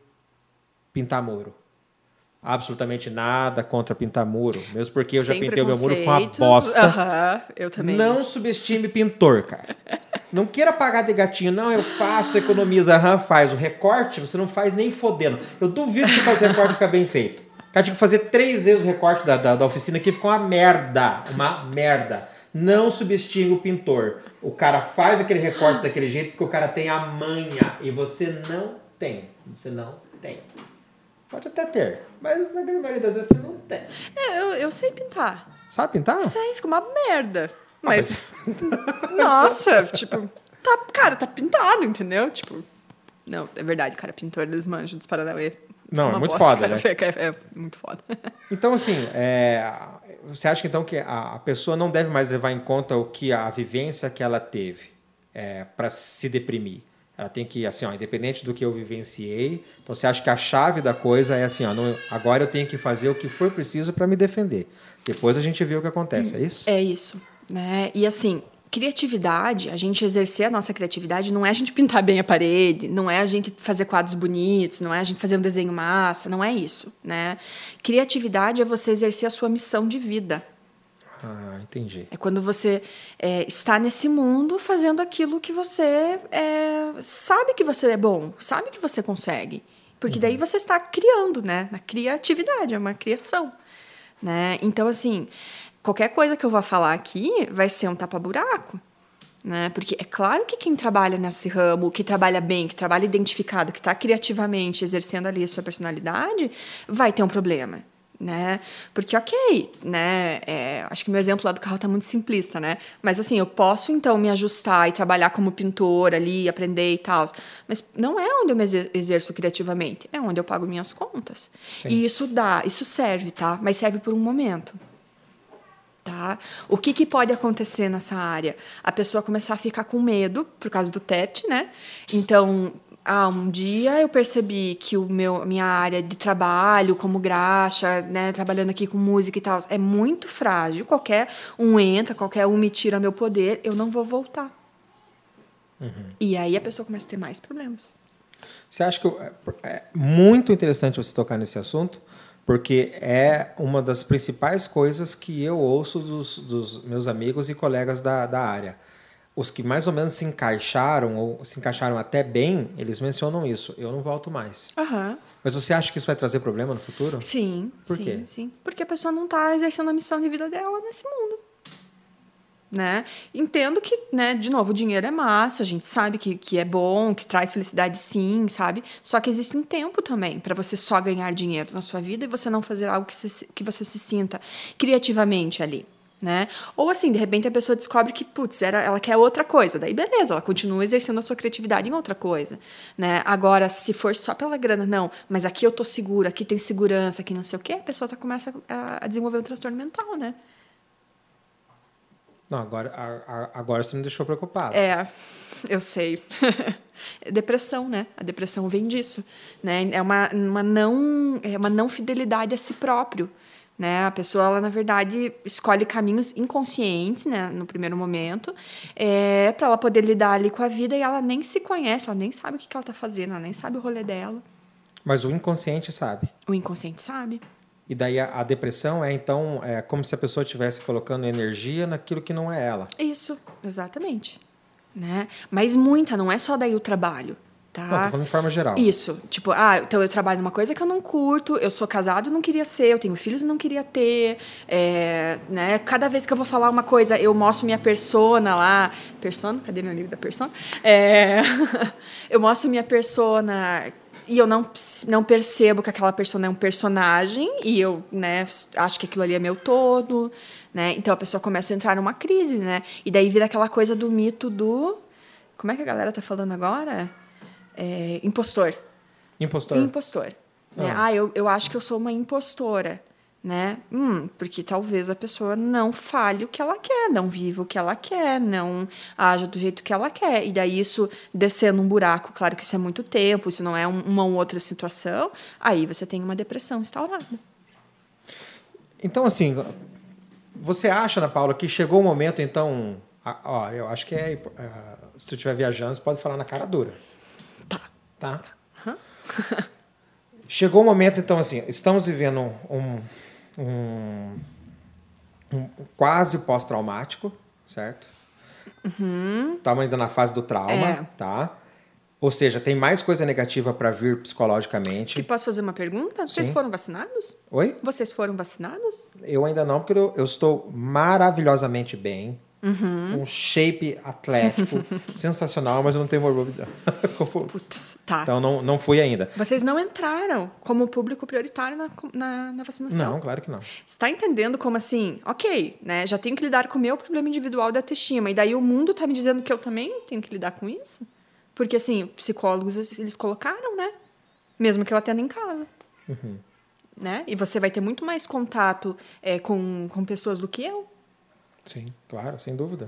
pintar muro. Absolutamente nada contra pintar muro. Mesmo porque eu já Sem pintei o meu muro, ficou uma bosta. Uh-huh, eu também. Não subestime pintor, cara. Não queira pagar de gatinho. Não, eu faço, economiza. Aham, faz. O recorte, você não faz nem fodendo. Eu duvido que você faça o recorte ficar bem feito. Cara, tinha que fazer três vezes o recorte da, da, da oficina aqui, ficou uma merda. Uma merda. Não subestime o pintor. O cara faz aquele recorte daquele jeito porque o cara tem a manha. E você não tem. Você não tem. Pode até ter, mas na grande maioria das vezes você não tem. É, eu, eu sei pintar. Sabe pintar? Sei, fica uma merda. Não, mas, mas... Nossa, tipo... Tá, cara, tá pintado, entendeu? Tipo... Não, é verdade, cara, pintor, eles manjam dos Paranauê. Não, é muito bosta, foda, cara, né? É, é muito foda. Então, assim, é, você acha que, então, que a, a pessoa não deve mais levar em conta o que a vivência que ela teve é, para se deprimir? Ela tem que, assim, ó, independente do que eu vivenciei, então você acha que a chave da coisa é assim, ó, não, agora eu tenho que fazer o que for preciso para me defender. Depois a gente vê o que acontece, é isso? É isso, né? E assim, criatividade, a gente exercer a nossa criatividade não é a gente pintar bem a parede, não é a gente fazer quadros bonitos, não é a gente fazer um desenho massa, não é isso, né? Criatividade é você exercer a sua missão de vida. Ah, entendi. É quando você é, está nesse mundo fazendo aquilo que você é, sabe que você é bom, sabe que você consegue. Porque daí você está criando, né? Na criatividade, é uma criação. Né? Então, assim, qualquer coisa que eu vá falar aqui vai ser um tapa-buraco. Né? Porque é claro que quem trabalha nesse ramo, que trabalha bem, que trabalha identificado, que está criativamente exercendo ali a sua personalidade, vai ter um problema. Né? Porque, ok, né? É, acho que meu exemplo lá do carro está muito simplista, né? Mas, assim, eu posso, então, me ajustar e trabalhar como pintor ali, aprender e tal, mas não é onde eu me exerço criativamente, é onde eu pago minhas contas. Sim. E isso dá, isso serve, tá? Mas serve por um momento. Tá? O que, que pode acontecer nessa área? A pessoa começar a ficar com medo por causa do T E T, né? Então... Ah, um dia eu percebi que o meu, minha área de trabalho como graxa, né, trabalhando aqui com música e tal, é muito frágil. Qualquer um entra, qualquer um me tira meu poder, eu não vou voltar. Uhum. E aí a pessoa começa a ter mais problemas. Você acha que é muito interessante você tocar nesse assunto, porque é uma das principais coisas que eu ouço dos, dos meus amigos e colegas da, da área. Os que mais ou menos se encaixaram, ou se encaixaram até bem, eles mencionam isso. Eu não volto mais. Uhum. Mas você acha que isso vai trazer problema no futuro? Sim. Por sim, quê? Sim. Porque a pessoa não está exercendo a missão de vida dela nesse mundo. Né? Entendo que, né, de novo, o dinheiro é massa, a gente sabe que, que é bom, que traz felicidade sim, sabe? Só que existe um tempo também para você só ganhar dinheiro na sua vida e você não fazer algo que, se, que você se sinta criativamente ali. Né? Ou assim, de repente a pessoa descobre que, putz, era, ela quer outra coisa. Daí, beleza, ela continua exercendo a sua criatividade em outra coisa. Né? Agora, se for só pela grana, não, mas aqui eu tô segura, aqui tem segurança, aqui não sei o quê, a pessoa tá, começa a, a desenvolver um transtorno mental, né? Não, agora, a, a, agora você me deixou preocupado. É, eu sei. Depressão, né? A depressão vem disso. Né? É uma, uma, não, é uma não fidelidade a si próprio. Né? A pessoa, ela, na verdade, escolhe caminhos inconscientes, né, no primeiro momento, é, para ela poder lidar ali com a vida e ela nem se conhece, ela nem sabe o que, que ela está fazendo, ela nem sabe o rolê dela. Mas o inconsciente sabe. O inconsciente sabe. E daí a, a depressão é, então, é como se a pessoa estivesse colocando energia naquilo que não é ela. Isso, exatamente. Né? Mas muita, não é só daí o trabalho. Tá? Não, tô falando de forma geral. Isso. Tipo, ah, então eu trabalho numa coisa que eu não curto, eu sou casado e não queria ser, eu tenho filhos e não queria ter. É, né? Cada vez que eu vou falar uma coisa, eu mostro minha persona lá. Persona? Cadê meu amigo da persona? É, eu mostro minha persona e eu não, não percebo que aquela persona é um personagem e eu, né, acho que aquilo ali é meu todo. Né? Então a pessoa começa a entrar numa crise, né? E daí vira aquela coisa do mito do... Como é que a galera tá falando agora? É, impostor. Impostor. Impostor. Ah, né? ah eu, eu acho que eu sou uma impostora. Né? Hum, porque talvez a pessoa não fale o que ela quer, não viva o que ela quer, não haja do jeito que ela quer. E daí isso descer num buraco, claro que isso é muito tempo, isso não é um, uma ou outra situação, aí você tem uma depressão instaurada. Então, assim, você acha, Ana Paula, que chegou o momento, então... Ó, eu acho que é... Se tu estiver viajando, você pode falar na cara dura. Tá. Tá? Uhum. Chegou o momento, então, assim, estamos vivendo um, um, um quase pós-traumático, certo? Uhum. Estamos ainda na fase do trauma, é. tá? Ou seja, tem mais coisa negativa para vir psicologicamente. E posso fazer uma pergunta? Vocês Sim. foram vacinados? Oi? Vocês foram vacinados? Eu ainda não, porque eu, eu estou maravilhosamente bem. Uhum. Um shape atlético sensacional, mas eu não tenho morbidade. Putz, tá. Então não, não fui ainda. Vocês não entraram como público prioritário na, na, na vacinação? Não, claro que não. Você está entendendo como assim? Ok, né? Já tenho que lidar com o meu problema individual da autoestima. E daí o mundo está me dizendo que eu também tenho que lidar com isso? Porque, assim, psicólogos, eles colocaram, né? Mesmo que eu atenda em casa. Uhum. Né? E você vai ter muito mais contato é, com, com pessoas do que eu. Sim, claro, sem dúvida.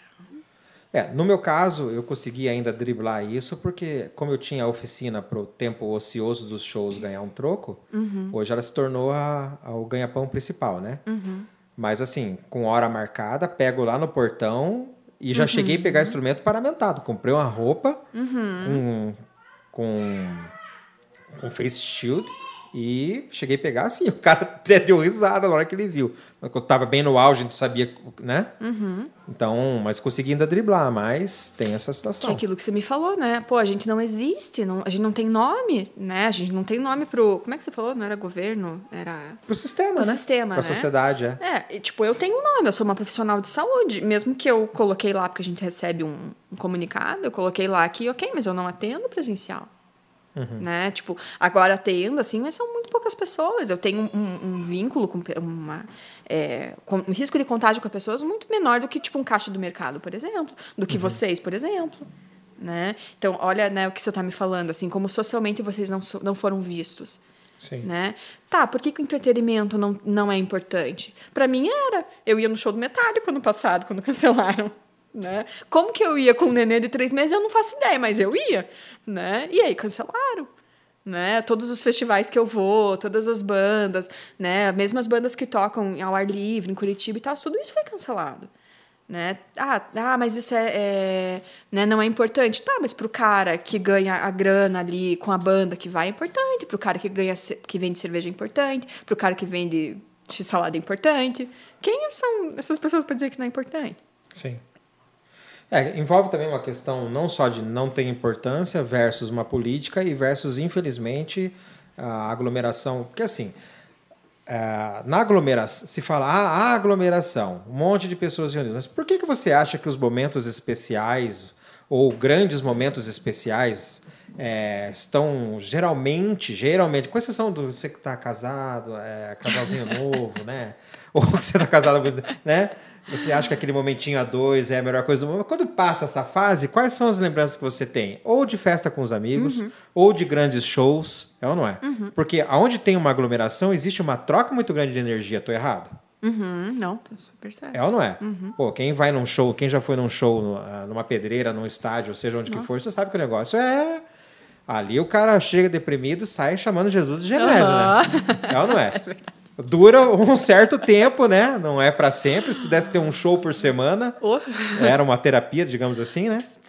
É, no meu caso, eu consegui ainda driblar isso, porque como eu tinha a oficina para o tempo ocioso dos shows ganhar um troco, uhum. hoje ela se tornou a, a, o ganha-pão principal, né? Uhum. Mas assim, com hora marcada, pego lá no portão e já uhum. cheguei a pegar instrumento paramentado. Comprei uma roupa uhum. com, com, com face shield e cheguei a pegar assim. O cara até deu risada na hora que ele viu. Mas quando estava bem no auge, a gente sabia, né? Uhum. Então, mas consegui ainda driblar, mas tem essa situação. Que é aquilo que você me falou, né? Pô, a gente não existe, não, a gente não tem nome, né? A gente não tem nome pro... Como é que você falou? Não era governo? Era... Pro sistema, pro né? sistema, pra né? sociedade, é. É, e, tipo, eu tenho um nome, eu sou uma profissional de saúde. Mesmo que eu coloquei lá, porque a gente recebe um, um comunicado, eu coloquei lá que, ok, mas eu não atendo presencial. Uhum. Né? Tipo, agora atendo, assim, mas são muito poucas pessoas. Eu tenho um, um vínculo com uma... É, com um risco de contágio com as pessoas muito menor do que, tipo, um caixa do mercado, por exemplo. Do que uhum. vocês, por exemplo. Né? Então, olha, né, o que você está me falando, assim, como socialmente vocês não, não foram vistos. Sim. Né? Tá, por que, que o entretenimento não, não é importante? Para mim era. Eu ia no show do Metallica ano passado, quando cancelaram. Né? Como que eu ia com um nenê de três meses? Eu não faço ideia, mas eu ia. Né? E aí cancelaram. Né? Todos os festivais que eu vou, todas as bandas, né? Mesmo as bandas que tocam ao ar livre, em Curitiba e tal, tudo isso foi cancelado. Né? Ah, ah, mas isso é, é né, não é importante. Tá, mas pro cara que ganha a grana ali com a banda que vai é importante, pro cara que ganha que vende cerveja é importante, pro cara que vende x-salada é importante. Quem são essas pessoas para dizer que não é importante? Sim. É, envolve também uma questão não só de não ter importância versus uma política e versus, infelizmente, a aglomeração. Porque, assim, é, na aglomeração, se fala, ah, a aglomeração, um monte de pessoas reunidas. Mas por que, que você acha que os momentos especiais ou grandes momentos especiais é, estão geralmente, geralmente, com exceção do você que está casado, é, casalzinho novo, né? Ou que você está casado, né? Você acha que aquele momentinho a dois é a melhor coisa do mundo. Mas quando passa essa fase, quais são as lembranças que você tem? Ou de festa com os amigos, uhum. ou de grandes shows, é ou não é? Uhum. Porque onde tem uma aglomeração, existe uma troca muito grande de energia. Estou errado? Uhum. Não, tô super certo. É ou não é? Uhum. Pô, quem vai num show, quem já foi num show, numa pedreira, num estádio, ou seja onde Nossa. que for, você sabe que o negócio é... Ali o cara chega deprimido e sai chamando Jesus de remédio, uhum. né? É ou não é? É dura um certo tempo, né? Não é para sempre. Se pudesse ter um show por semana, oh. era uma terapia, digamos assim, né?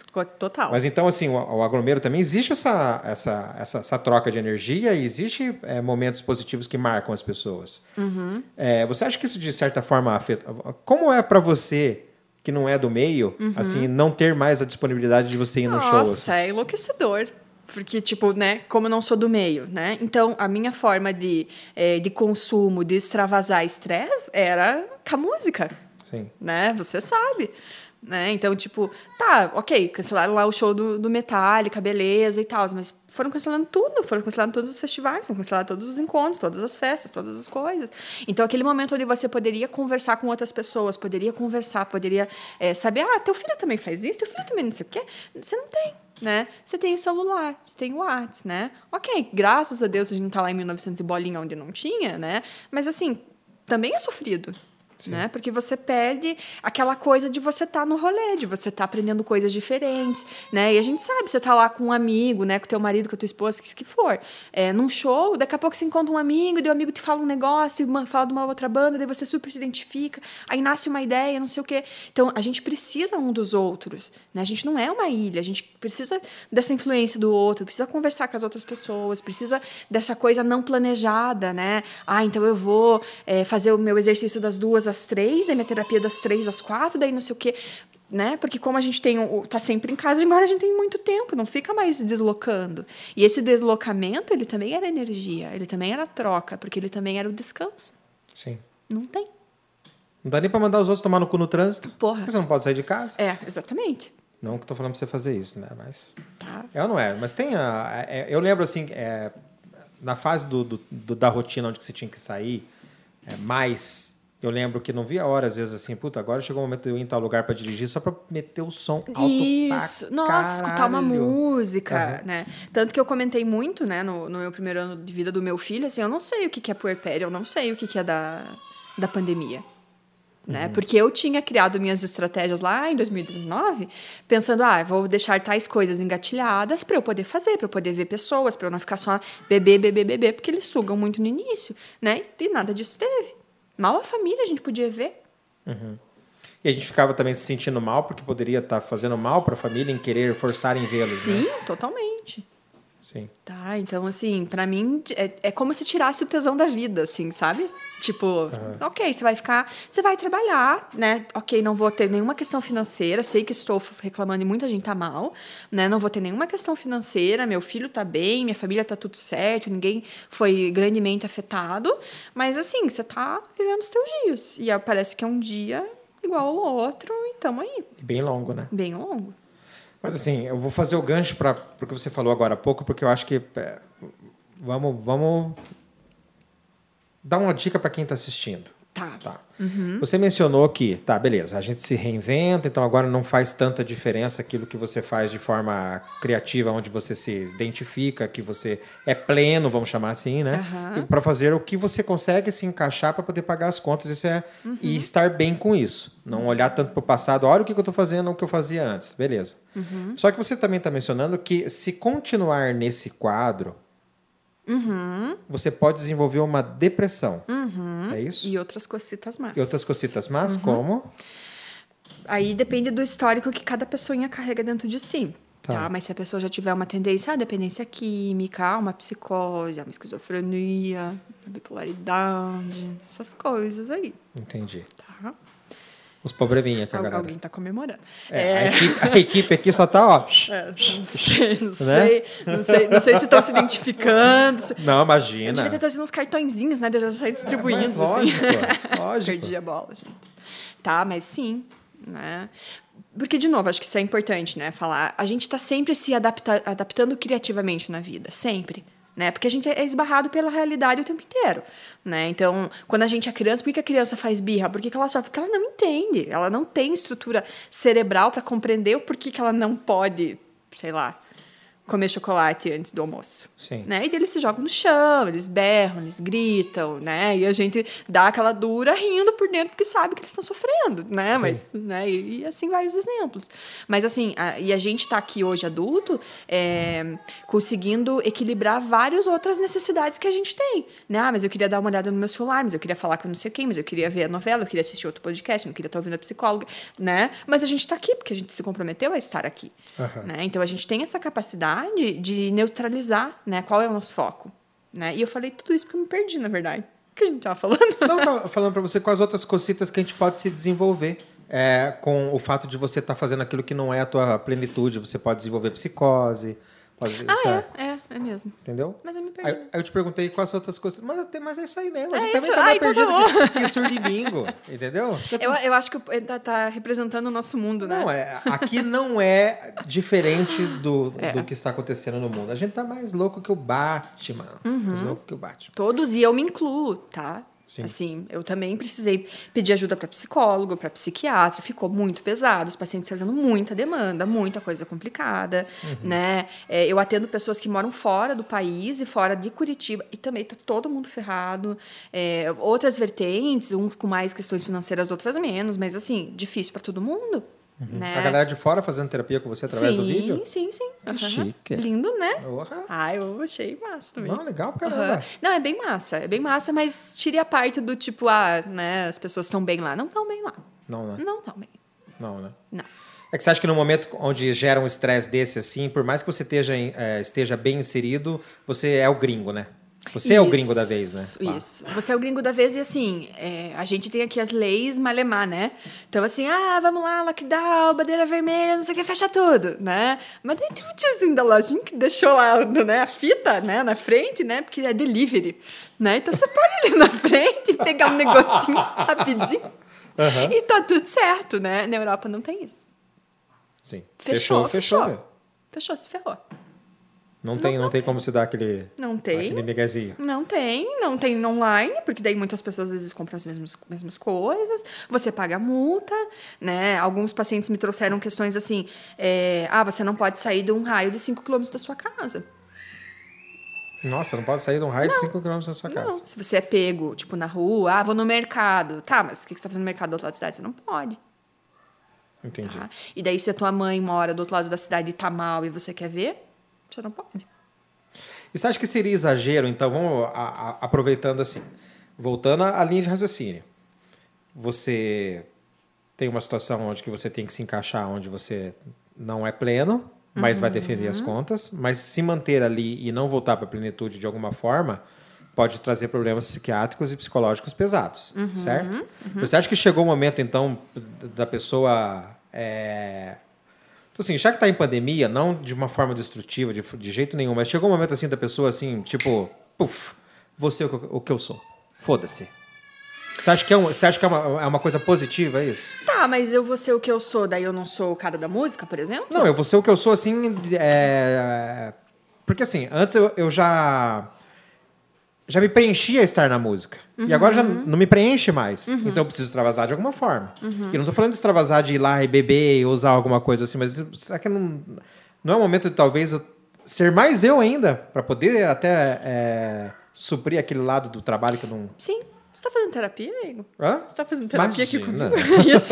Total. Mas então, assim, o, o aglomero também existe essa, essa, essa, essa troca de energia e existe é, momentos positivos que marcam as pessoas. Uhum. É, você acha que isso, de certa forma, afeta... Como é para você, que não é do meio, uhum. assim, não ter mais a disponibilidade de você ir no Nossa, show? Assim? Nossa, é enlouquecedor. Porque, tipo, né, como eu não sou do meio, né? Então, a minha forma de, é, de consumo, de extravasar estresse era com a música. Sim. Né? Você sabe. Né? Então, tipo, tá, ok, cancelaram lá o show do, do Metallica, beleza e tal, mas foram cancelando tudo, foram cancelando todos os festivais, foram cancelando todos os encontros, todas as festas, todas as coisas. Então, aquele momento onde você poderia conversar com outras pessoas, poderia conversar, poderia é, saber, ah, teu filho também faz isso, teu filho também não sei o quê, você não tem, né? Você tem o celular, você tem o WhatsApp, né? Ok, graças a Deus a gente não tá lá em mil e novecentos e bolinha onde não tinha, né? Mas, assim, também é sofrido. Né? Porque você perde aquela coisa de você estar tá no rolê, de você estar tá aprendendo coisas diferentes, né? E a gente sabe, você tá lá com um amigo, né? Com teu marido, com a tua esposa, que, que for. É, num show, daqui a pouco você encontra um amigo, e o amigo te fala um negócio, uma, fala de uma outra banda, daí você super se identifica, aí nasce uma ideia, não sei o quê. Então, a gente precisa um dos outros, né? A gente não é uma ilha, a gente precisa dessa influência do outro, precisa conversar com as outras pessoas, precisa dessa coisa não planejada, né? Ah, então eu vou é, fazer o meu exercício das duas às três, daí minha terapia das três às quatro, daí não sei o quê, né? Porque como a gente tem o, tá sempre em casa, agora a gente tem muito tempo, não fica mais deslocando. E esse deslocamento, ele também era energia, ele também era troca, porque ele também era o descanso. Sim. Não tem. Não dá nem pra mandar os outros tomar no cu no trânsito. Porra. Porque você não pode sair de casa. É, exatamente. Não que eu tô falando pra você fazer isso, né? Mas... Tá. É ou não é? Mas tem a... É, eu lembro, assim, é, na fase do, do, do, da rotina onde você tinha que sair, é, mais... Eu lembro que não via hora, às vezes, assim, puta, agora chegou o momento de eu ir em tal lugar para dirigir só para meter o som alto Isso. pra Nossa, caralho. escutar uma música, Uhum. né? Tanto que eu comentei muito, né, no, no meu primeiro ano de vida do meu filho, assim, eu não sei o que, que é puerpério, eu não sei o que, que é da, da pandemia. Né? Uhum. Porque eu tinha criado minhas estratégias lá em dois mil e dezenove, pensando, ah, vou deixar tais coisas engatilhadas para eu poder fazer, para eu poder ver pessoas, para eu não ficar só beber, beber, beber, porque eles sugam muito no início, né? E nada disso teve. Mal a família a gente podia ver. Uhum. E a gente ficava também se sentindo mal, porque poderia estar fazendo mal para a família em querer forçar em vê-los. Sim, né? totalmente. Sim. Tá, então, assim, pra mim, é, é como se tirasse o tesão da vida, assim, sabe? Tipo, uhum. ok, você vai ficar... Você vai trabalhar, né? Ok, não vou ter nenhuma questão financeira. Sei que estou reclamando e muita gente tá mal, né? Não vou ter nenhuma questão financeira. Meu filho tá bem, minha família tá tudo certo. Ninguém foi grandemente afetado. Mas, assim, você tá vivendo os teus dias. E parece que é um dia igual ao outro e tamo aí. Bem longo, né? Bem longo. Mas, assim, eu vou fazer o gancho para o que você falou agora há pouco, porque eu acho que... É, vamos, vamos dar uma dica para quem está assistindo. Tá. tá. Uhum. Você mencionou que, tá, beleza, a gente se reinventa, então agora não faz tanta diferença aquilo que você faz de forma criativa, onde você se identifica, que você é pleno, vamos chamar assim, né? Uhum. Para fazer o que você consegue se encaixar para poder pagar as contas isso é, uhum. e estar bem com isso. Não olhar tanto para o passado, olha o que eu estou fazendo, o que eu fazia antes, beleza. Uhum. Só que você também está mencionando que se continuar nesse quadro, uhum. você pode desenvolver uma depressão. Uhum. É isso? E outras cocitas más. E outras cocitas más, uhum. como? Aí depende do histórico que cada pessoa carrega dentro de si. Tá. Tá? Mas se a pessoa já tiver uma tendência à dependência química, uma psicose, uma esquizofrenia, uma bipolaridade, essas coisas aí. Entendi. Tá? Os probleminha que a Al, galera... Alguém tá comemorando. É, é... A, equipe, a equipe aqui só tá, ó... É, não sei, não, né? sei, não sei, não sei se estão se identificando. Se... Não, imagina. Eu devia ter trazido uns cartõezinhos, né? De eu já sair distribuindo. É, lógico, assim. lógico. Perdi a bola, gente. Tá, mas sim, né? Porque, de novo, acho que isso é importante, né? Falar, a gente tá sempre se adapta, adaptando criativamente na vida, sempre. Né? Porque a gente é esbarrado pela realidade o tempo inteiro. Né? Então, quando a gente é criança, por que a criança faz birra? Por que ela sofre? Porque ela não entende. Ela não tem estrutura cerebral para compreender o porquê que ela não pode, sei lá, comer chocolate antes do almoço. Sim. Né? E daí eles se jogam no chão, eles berram, eles gritam, né? E a gente dá aquela dura rindo por dentro porque sabe que eles estão sofrendo, né? Sim. Mas, né? E, e assim vários exemplos. Mas assim, a, e a gente está aqui hoje adulto é, conseguindo equilibrar várias outras necessidades que a gente tem, né? Ah, mas eu queria dar uma olhada no meu celular, mas eu queria falar com não sei quem, mas eu queria ver a novela, eu queria assistir outro podcast, não queria estar ouvindo a psicóloga, né? Mas a gente está aqui porque a gente se comprometeu a estar aqui, Uhum. né? Então a gente tem essa capacidade de neutralizar, né? Qual é o nosso foco, né? E eu falei tudo isso porque eu me perdi, na verdade. O que a gente estava falando? Não, tava falando para você quais outras cositas que a gente pode se desenvolver é, com o fato de você estar tá fazendo aquilo que não é a tua plenitude. Você pode desenvolver psicose. Pode, ah, sabe? é, é, é mesmo. Entendeu? Mas eu me perdi. Aí, aí eu te perguntei quais outras coisas. Mas, até- mas é isso aí mesmo. A É gente isso. também estava Ah, então tá perdido bom. que, que surdo e bingo. Entendeu? Eu, eu acho que ele tá, tá representando o nosso mundo, né? Não, é, aqui não é diferente do, É. do que está acontecendo no mundo. A gente tá mais louco que o Batman. Uhum. Mais louco que o Batman. Todos, e eu me incluo, tá? Sim. Assim, eu também precisei pedir ajuda para psicólogo, para psiquiatra, ficou muito pesado, os pacientes trazendo muita demanda, muita coisa complicada, Uhum. né? É, eu atendo pessoas que moram fora do país e fora de Curitiba, e também tá todo mundo ferrado. É, outras vertentes, uns com mais questões financeiras, outras menos, mas assim, difícil para todo mundo. Uhum. Né? A galera de fora fazendo terapia com você através sim, do vídeo? Sim, sim, Que Uhum. chique. Lindo, né? Porra. Ah, eu achei massa também. Não, legal pra Uhum. caramba. Não, é bem massa, é bem massa, mas tire a parte do tipo, ah, né, as pessoas estão bem lá. Não estão bem lá. Não, né? Não estão bem. Não, né? Não. É que você acha que no momento onde gera um estresse desse, assim, por mais que você esteja, em- eh, esteja bem inserido, você é o gringo, né? Você é o gringo da vez, né? Isso, Lá. Isso. Você é o gringo da vez e, assim, é, a gente tem aqui as leis malemar, né? Então, assim, ah, vamos lá, lockdown, bandeira vermelha, não sei o que, fecha tudo, né? Mas daí tem um tiozinho da lojinha que deixou lá, né, a fita, né, na frente, né? Porque é delivery, né? Então, você pode ir ali na frente e pegar um negocinho rapidinho Uhum. e tá tudo certo, né? Na Europa não tem isso. Sim. Fechou, Fechou, fechou. fechou. meu. Fechou, se ferrou. Não tem, não, não tem como se dar aquele, Não tem. aquele miguezinho. Não tem, não tem online, porque daí muitas pessoas às vezes compram as mesmas, mesmas coisas, você paga a multa, né? Alguns pacientes me trouxeram questões assim, é, ah, você não pode sair de um raio de cinco quilômetros da sua casa. Nossa, não pode sair de um raio de cinco quilômetros da sua casa. Não, se você é pego, tipo, na rua, ah, vou no mercado. Tá, mas o que você está fazendo no mercado do outro lado da cidade? Você não pode. Entendi. Tá? E daí, se a tua mãe mora do outro lado da cidade e tá mal e você quer ver, você não pode. E você acha que seria exagero, então, vamos a- a- aproveitando assim, voltando à linha de raciocínio. Você tem uma situação onde que você tem que se encaixar, onde você não é pleno, mas vai defender as contas, mas se manter ali e não voltar para a plenitude de alguma forma, pode trazer problemas psiquiátricos e psicológicos pesados, certo? Você acha que chegou o momento, então, da pessoa... É... Então, assim, já que está em pandemia, não de uma forma destrutiva, de, de jeito nenhum, mas chegou um momento, assim, da pessoa, assim, tipo, puf, você é o que eu, o que eu sou. Foda-se. Você acha que, é, um, você acha que é, uma, é uma coisa positiva isso? Tá, mas eu vou ser o que eu sou, daí eu não sou o cara da música, por exemplo? Não, eu vou ser o que eu sou, assim, é... Porque, assim, antes eu, eu já... Já me preenchia estar na música. E agora já não me preenche mais. Então eu preciso extravasar de alguma forma. E não estou falando de extravasar de ir lá e beber e usar alguma coisa assim, mas será que não, não é o momento de talvez eu ser mais eu ainda, para poder até é, suprir aquele lado do trabalho que eu não... Sim. Você tá fazendo terapia, amigo? Hã? Você tá fazendo terapia Imagina. aqui comigo? Isso.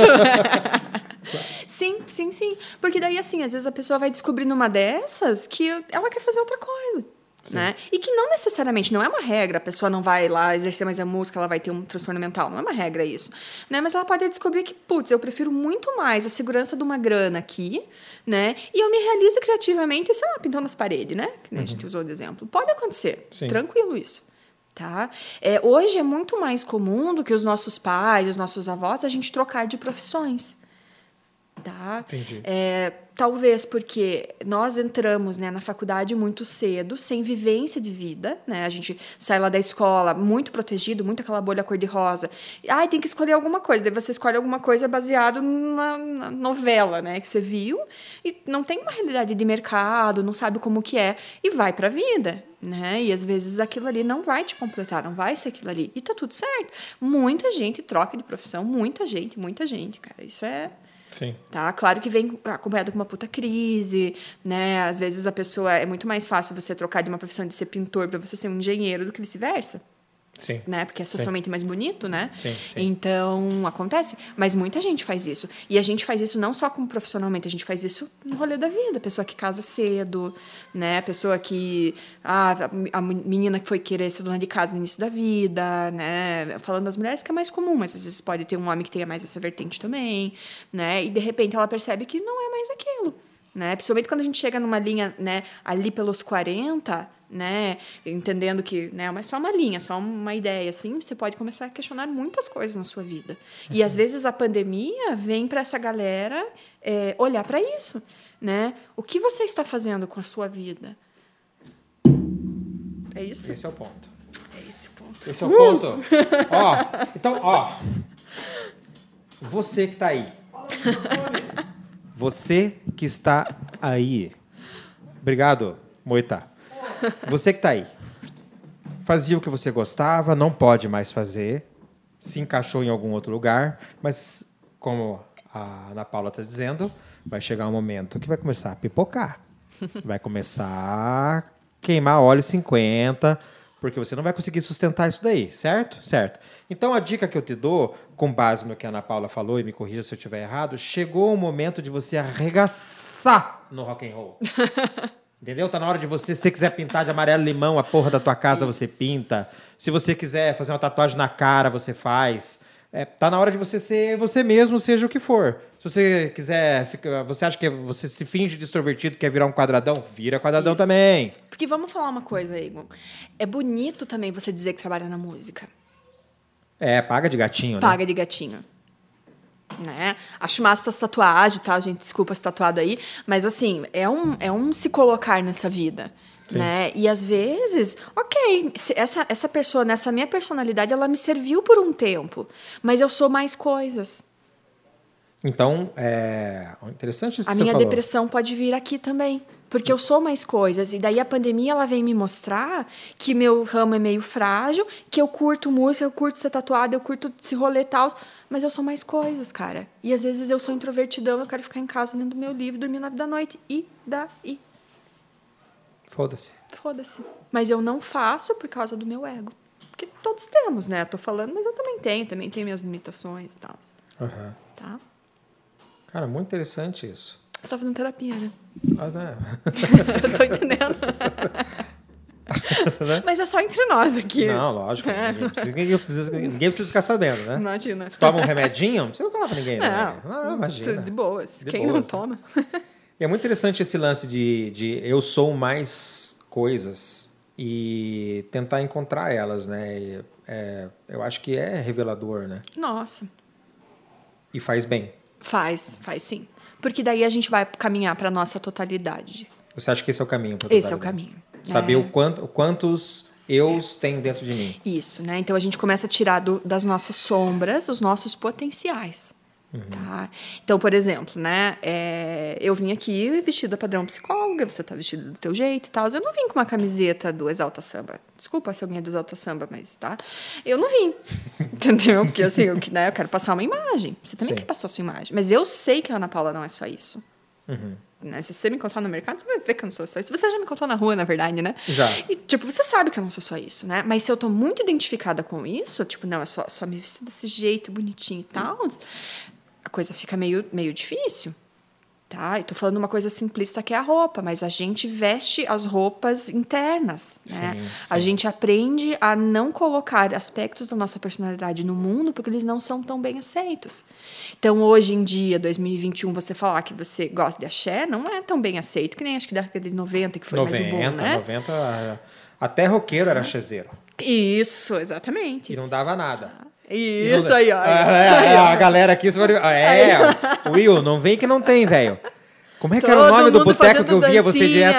Sim, sim, sim. Porque daí, assim, às vezes a pessoa vai descobrir numa dessas que ela quer fazer outra coisa. Né? E que não necessariamente, não é uma regra, a pessoa não vai lá exercer mais a música, ela vai ter um transtorno mental, não é uma regra isso. Né? Mas ela pode descobrir que, putz, eu prefiro muito mais a segurança de uma grana aqui, né? E eu me realizo criativamente, sei lá, pintando as paredes, né? Que nem a gente usou de exemplo. Pode acontecer, Sim. tranquilo isso. Tá? É, hoje é muito mais comum do que os nossos pais, os nossos avós, a gente trocar de profissões. Tá? Entendi. É, talvez porque nós entramos, né, na faculdade muito cedo, sem vivência de vida, né? A gente sai lá da escola muito protegido, muito aquela bolha cor-de-rosa. Ai, tem que escolher alguma coisa. Daí você escolhe alguma coisa baseado na, na novela, né, que você viu, e não tem uma realidade de mercado, não sabe como que é, e vai para a vida. Né? E às vezes aquilo ali não vai te completar, não vai ser aquilo ali. E tá tudo certo. Muita gente troca de profissão, muita gente, muita gente, cara. Isso é... Sim. Tá? Claro que vem acompanhado com uma puta crise, né? Às vezes a pessoa... É muito mais fácil você trocar de uma profissão de ser pintor para você ser um engenheiro do que vice-versa. Sim. Né? Porque é socialmente sim. mais bonito, né? Sim, sim. Então, acontece. Mas muita gente faz isso. E a gente faz isso não só como profissionalmente, a gente faz isso no rolê da vida. A pessoa que casa cedo, né? A pessoa que... Ah, a menina que foi querer ser dona de casa no início da vida, né? Falando das mulheres, porque é mais comum, mas às vezes pode ter um homem que tenha mais essa vertente também, né? E, de repente, ela percebe que não é mais aquilo, né? Principalmente quando a gente chega numa linha, né? Ali pelos quarenta... né, entendendo que, né, mas só uma linha, só uma ideia, assim, você pode começar a questionar muitas coisas na sua vida. E às vezes a pandemia vem para essa galera é, olhar para isso, né? O que você está fazendo com a sua vida? É isso? Esse é o ponto. É esse o ponto. Esse é o uh! ponto. Ó, então, ó, você que está aí, você que está aí, obrigado, Moita. Você que está aí, fazia o que você gostava, não pode mais fazer, se encaixou em algum outro lugar, mas, como a Ana Paula está dizendo, vai chegar um momento que vai começar a pipocar. Vai começar a queimar óleo cinquenta, porque você não vai conseguir sustentar isso daí, certo? Certo. Então, a dica que eu te dou, com base no que a Ana Paula falou, e me corrija se eu estiver errado, chegou o momento de você arregaçar no rock and roll. Entendeu? Tá na hora de você, se você quiser pintar de amarelo limão a porra da tua casa, isso. Você pinta. Se você quiser fazer uma tatuagem na cara, você faz. É, tá na hora de você ser você mesmo, seja o que for. Se você quiser, fica, você acha que você se finge de extrovertido, quer virar um quadradão? Vira quadradão isso. Também. Porque vamos falar uma coisa, Igor. É bonito também você dizer que trabalha na música. É, paga de gatinho, paga né? de gatinho. Né? Acho massa tuas tatuagens, tá, gente? Desculpa se tatuado aí. Mas, assim, é um, é um se colocar nessa vida. Né? E, às vezes, ok, essa, essa pessoa, nessa minha personalidade, ela me serviu por um tempo. Mas eu sou mais coisas. Então, é interessante isso que a você falou. A minha depressão pode vir aqui também. Porque eu sou mais coisas. E daí a pandemia ela vem me mostrar que meu ramo é meio frágil, que eu curto música, eu curto ser tatuada, eu curto esse rolê e tal. Mas eu sou mais coisas, cara. E às vezes eu sou introvertidão, eu quero ficar em casa dentro do meu livro, dormindo da noite. E daí? Foda-se. Foda-se. Mas eu não faço por causa do meu ego. Porque todos temos, né? Eu tô falando, mas eu também tenho. Também tenho minhas limitações e tal. Uhum. Tá? Cara, muito interessante isso. Você tá fazendo terapia, né? Ah, né? Eu tô entendendo. Né? Mas é só entre nós aqui. Não, lógico. É. Ninguém, precisa, ninguém, precisa, ninguém precisa ficar sabendo, né? Imagina. Toma um remedinho? Não precisa falar pra ninguém, não, né? Ah, imagina. De boas. De Quem boas, não né? toma? E é muito interessante esse lance de, de eu sou mais coisas e tentar encontrar elas, né? E, é, eu acho que é revelador, né? Nossa. E faz bem. Faz, faz sim. Porque daí a gente vai caminhar para nossa totalidade. Você acha que esse é o caminho? Pra esse é o caminho. Saber é. o quanto, quantos eus tem dentro de mim. Isso, né? Então a gente começa a tirar do, das nossas sombras os nossos potenciais. Uhum. Tá? Então, por exemplo, né? É, eu vim aqui vestida padrão psicóloga, você tá vestida do teu jeito e tal. Eu não vim com uma camiseta do Exalta Samba. Desculpa se alguém é do Exalta Samba, mas tá? Eu não vim. Entendeu? Porque assim, eu, né, eu quero passar uma imagem. Você também Sim. quer passar a sua imagem. Mas eu sei que a Ana Paula não é só isso. Uhum. Né? Se você me encontrar no mercado, você vai ver que eu não sou só isso. Você já me encontrou na rua, na verdade, né? Já. E, tipo, você sabe que eu não sou só isso, né? Mas se eu tô muito identificada com isso, tipo, não, é só, só me vestir desse jeito bonitinho e tal, a coisa fica meio, meio difícil. Tá? Eu tô falando uma coisa simplista que é a roupa, mas a gente veste as roupas internas, né? Sim, sim. A gente aprende a não colocar aspectos da nossa personalidade no mundo porque eles não são tão bem aceitos. Então, hoje em dia, dois mil e vinte e um, você falar que você gosta de axé não é tão bem aceito, que nem acho que da década de noventa, que foi noventa, mais o bom, né? noventa, até roqueiro era axézeiro. Isso, exatamente. E não dava nada. Isso aí, ó. É, é, a galera aqui... É, Will, não vem que não tem, velho. Como é que Todo era o nome do boteco que eu via dancinha. Você direto?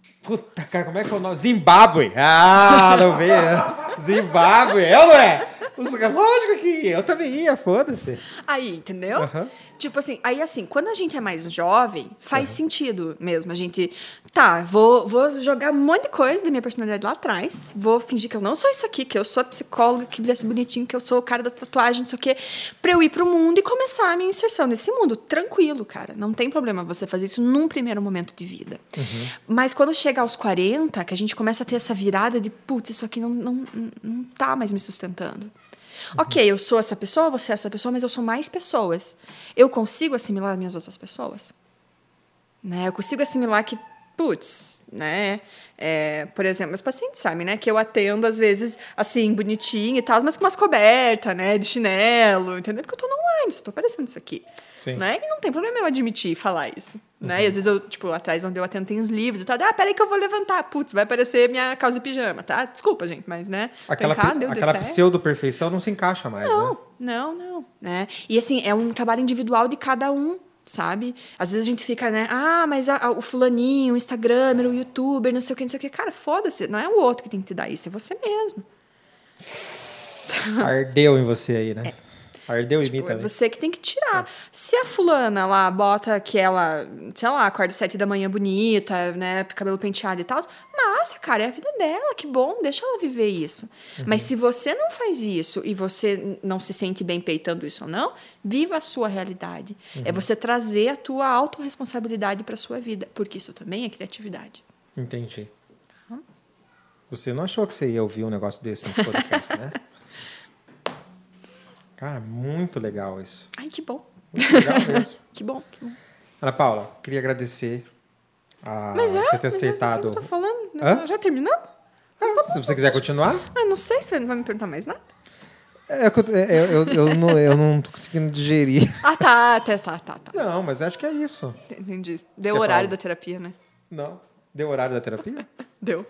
Puta, cara, como é que é o nome? Zimbábue. Ah, não vê. Zimbábue, é ou não é? Lógico que ia. Eu também ia, foda-se. Aí, entendeu? Uhum. Tipo assim, aí assim, quando a gente é mais jovem, faz Uhum. sentido mesmo. A gente, tá, vou, vou jogar um monte de coisa da minha personalidade lá atrás, vou fingir que eu não sou isso aqui, que eu sou a psicóloga, que veste bonitinho, que eu sou o cara da tatuagem, não sei o quê, pra eu ir pro mundo e começar a minha inserção nesse mundo. Tranquilo, cara. Não tem problema você fazer isso num primeiro momento de vida. Uhum. Mas quando chega aos quarenta, que a gente começa a ter essa virada de, putz, isso aqui não, não, não tá mais me sustentando. Uhum. Ok, eu sou essa pessoa, você é essa pessoa, mas eu sou mais pessoas. Eu consigo assimilar as minhas outras pessoas? Né? Eu consigo assimilar que, putz, né? É, por exemplo, meus pacientes sabem, né? Que eu atendo, às vezes, assim, bonitinho e tal, mas com umas cobertas, né? De chinelo, entendeu? Porque eu tô no online, só tô aparecendo isso aqui. Sim. Né? E não tem problema eu admitir e falar isso. Uhum. Né? E às vezes eu, tipo, atrás onde eu atendo tem os livros e tal. Ah, peraí que eu vou levantar. Putz, vai aparecer minha calça de pijama, tá? Desculpa, gente, mas, né? Aquela, cá, pe aquela pseudo-perfeição não se encaixa mais, não, né? Não, não, né? E assim, é um trabalho individual de cada um, sabe? Às vezes a gente fica, né? Ah, mas a, a, o fulaninho, o instagramer, o youtuber, não sei o que, não sei o que. Cara, foda-se. Não é o outro que tem que te dar isso, é você mesmo. Ardeu em você aí, né? É. Ardeu em Tipo, mim também. É você que tem que tirar. É. Se a fulana lá bota que ela, sei lá, acorda sete da manhã bonita, né, cabelo penteado e tal, massa, cara, é a vida dela, que bom, deixa ela viver isso. Uhum. Mas se você não faz isso e você não se sente bem peitando isso ou não, viva a sua realidade. Uhum. É você trazer a tua autorresponsabilidade para sua vida, porque isso também é criatividade. Entendi. Uhum. Você não achou que você ia ouvir um negócio desse nesse podcast, né? Cara, muito legal isso. Ai, que bom. Muito legal mesmo. Que bom, que bom. Ana Paula, queria agradecer a mas já, você ter aceitado. Eu tô falando. Hã? Já terminou? Ah, se você quiser continuar. Ah, não sei se você não vai me perguntar mais nada. É, eu, eu, eu, não, eu não tô conseguindo digerir. Ah, tá, tá, tá, tá, tá. Não, mas acho que é isso. Entendi. Deu o horário falar? da terapia, né? Não. Deu o horário da terapia? Deu.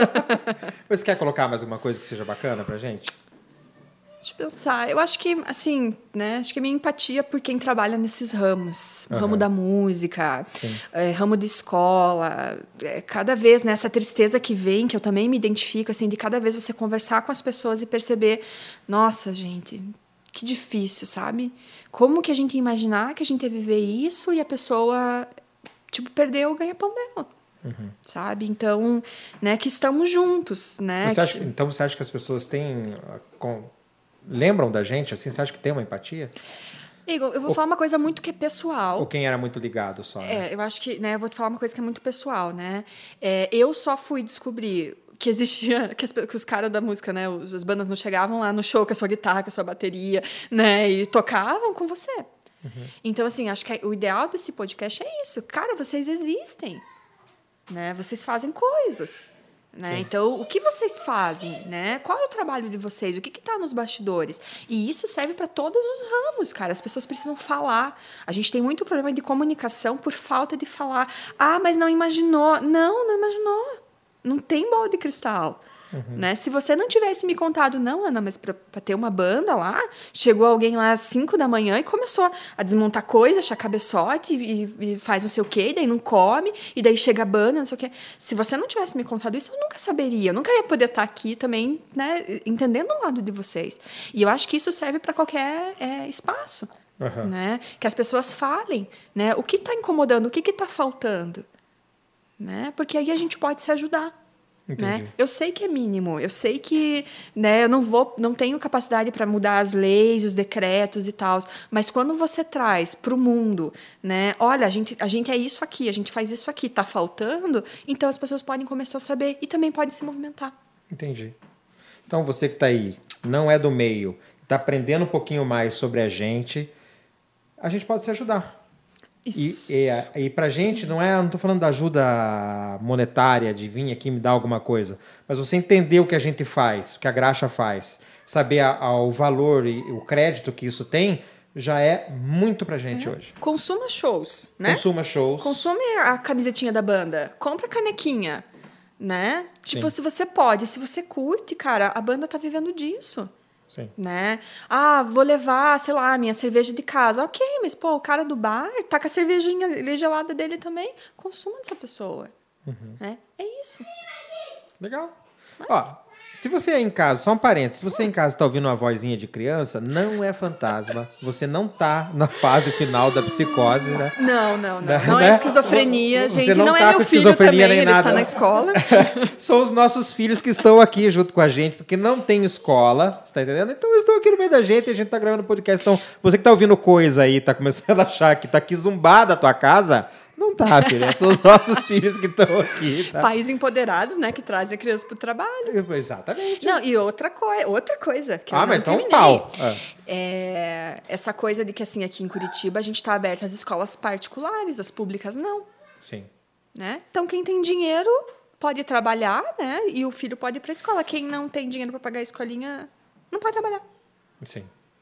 Você quer colocar mais alguma coisa que seja bacana pra gente? Deixa eu pensar. Eu acho que, assim, né? Acho que a minha empatia por quem trabalha nesses ramos. Uhum. Ramo da música, é, ramo de escola. É, cada vez, né, essa tristeza que vem, que eu também me identifico, assim, de cada vez você conversar com as pessoas e perceber, nossa, gente, que difícil, sabe? Como que a gente ia imaginar que a gente ia viver isso e a pessoa, tipo, perdeu o ganha-pão dela. Uhum. Sabe? Então, né, que estamos juntos, né? Você acha, que... Então, você acha que as pessoas têm... Com... lembram da gente, assim? Você acha que tem uma empatia? Igor, eu vou ou, falar uma coisa muito que é pessoal. Ou quem era muito ligado só, né? É, eu acho que, né, eu vou te falar uma coisa que é muito pessoal, né? É, eu só fui descobrir que existia, que, as, que os caras da música, né, os, as bandas não chegavam lá no show com a sua guitarra, com a sua bateria, né, e tocavam com você. Uhum. Então, assim, acho que o ideal desse podcast é isso. Cara, vocês existem, né? Vocês fazem coisas. Né? Então, o que vocês fazem? Né? Qual é o trabalho de vocês? O que está nos bastidores? E isso serve para todos os ramos, cara. As pessoas precisam falar. A gente tem muito problema de comunicação por falta de falar. Ah, mas não imaginou. Não, não imaginou. Não tem bola de cristal. Uhum. Né? Se você não tivesse me contado, não, Ana, mas para ter uma banda lá, chegou alguém lá às cinco da manhã e começou a desmontar coisa, achar cabeçote e, e faz não sei o quê, e daí não come, e daí chega a banda, não sei o quê. Se você não tivesse me contado isso, eu nunca saberia, eu nunca ia poder estar aqui também, né, entendendo o lado de vocês. E eu acho que isso serve para qualquer é, espaço. Uhum. Né? Que as pessoas falem, né? O que está incomodando, o que está faltando. Né? Porque aí a gente pode se ajudar. Né? Eu sei que é mínimo, eu sei que, né, eu não vou, não tenho capacidade para mudar as leis, os decretos e tal, mas quando você traz para o mundo, né, olha, a gente, a gente é isso aqui, a gente faz isso aqui, está faltando, então as pessoas podem começar a saber e também podem se movimentar. Entendi. Então você que está aí, não é do meio, está aprendendo um pouquinho mais sobre a gente, a gente pode se ajudar. Isso. E, e, e pra gente, não é, não estou falando da ajuda monetária, de vir aqui me dar alguma coisa, mas você entender o que a gente faz, o que a Graxa faz, saber a, a, o valor e o crédito que isso tem, já é muito pra gente é. hoje. Consuma shows, né? Consuma shows. Consome a camisetinha da banda, compra a canequinha, né? Tipo, Sim. se você pode, se você curte, cara, a banda tá vivendo disso. Sim. Né? Ah, vou levar, sei lá, minha cerveja de casa. Ok, mas pô, o cara do bar tá com a cervejinha gelada dele também. Consuma dessa pessoa. Uhum. Né? É isso. Legal. Mas... Ó, Se você é em casa, só um parênteses, se você é em casa está ouvindo uma vozinha de criança, não é fantasma. Você não está na fase final da psicose, né? Não, não, não. Né? Não é esquizofrenia, Você gente. não Não, tá é com meu filho esquizofrenia também, nem ele nada. está na escola. São os nossos filhos que estão aqui junto com a gente, porque não tem escola, você tá entendendo? Então eles estão aqui no meio da gente e a gente tá gravando podcast. Então, você que tá ouvindo coisa aí, tá começando a achar que tá aqui zumbada a tua casa, não tá, filha. São os nossos filhos que estão aqui, tá? Pais empoderados, né, que trazem a criança pro trabalho. Exatamente. Não, e outra, coi outra coisa, que ah, eu mas não então terminei. pau. Ah. É essa coisa de que, assim, aqui em Curitiba, a gente tá aberto às escolas particulares, as públicas não. Sim. Né? Então, quem tem dinheiro pode trabalhar, né? E o filho pode ir para a escola. Quem não tem dinheiro para pagar a escolinha não pode trabalhar. Sim.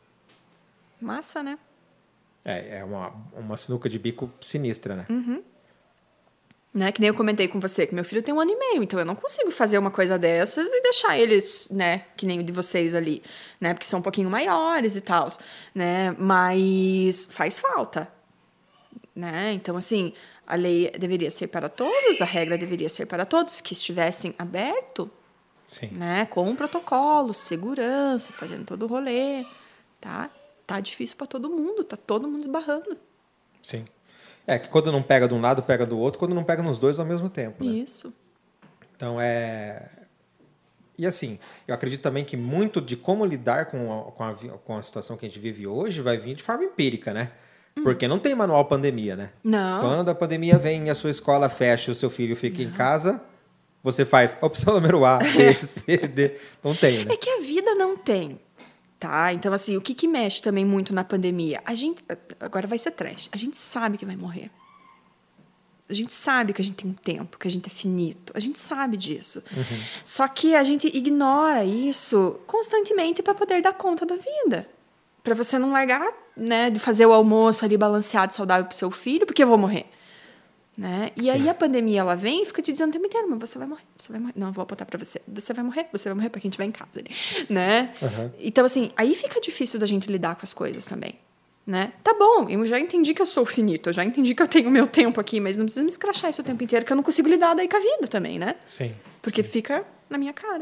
Massa, né? É, é uma, uma sinuca de bico sinistra, né? Uhum. Né? Que nem eu comentei com você, que meu filho tem um ano e meio, então eu não consigo fazer uma coisa dessas e deixar eles, né, que nem o de vocês ali, né? Porque são um pouquinho maiores e tal, né? Mas faz falta, né? Então, assim, a lei deveria ser para todos, a regra deveria ser para todos que estivessem aberto, Sim. né? Com um protocolo, segurança, fazendo todo o rolê, tá? Tá difícil para todo mundo, tá todo mundo esbarrando. Sim. É que quando não pega de um lado, pega do outro, quando não pega nos dois ao mesmo tempo, né? Isso. Então, é... E assim, eu acredito também que muito de como lidar com a, com a, com a situação que a gente vive hoje vai vir de forma empírica, né? Porque não tem manual pandemia, né? Não. Quando a pandemia vem e a sua escola fecha e o seu filho fica não. em casa, você faz opção número A, B, C, D. Não tem, né? É que a vida não tem, tá? Então, assim, o que, que mexe também muito na pandemia? A gente... Agora vai ser trash. A gente sabe que vai morrer. A gente sabe que a gente tem um tempo, que a gente é finito. A gente sabe disso. Uhum. Só que a gente ignora isso constantemente para poder dar conta da vida. Para você não largar, né, de fazer o almoço ali balanceado, saudável pro seu filho, porque eu vou morrer. Né? E Sim. aí a pandemia, ela vem e fica te dizendo o tempo inteiro, mas você vai morrer, você vai morrer. Não, eu vou apontar para você. Você vai morrer, você vai morrer para quem estiver em casa ali. Né? Uhum. Então, assim, aí fica difícil da gente lidar com as coisas também. Né? Tá bom, eu já entendi que eu sou finito, eu já entendi que eu tenho o meu tempo aqui, mas não precisa me escrachar isso o tempo inteiro, que eu não consigo lidar daí com a vida também, né? Sim. Porque sim. fica na minha cara.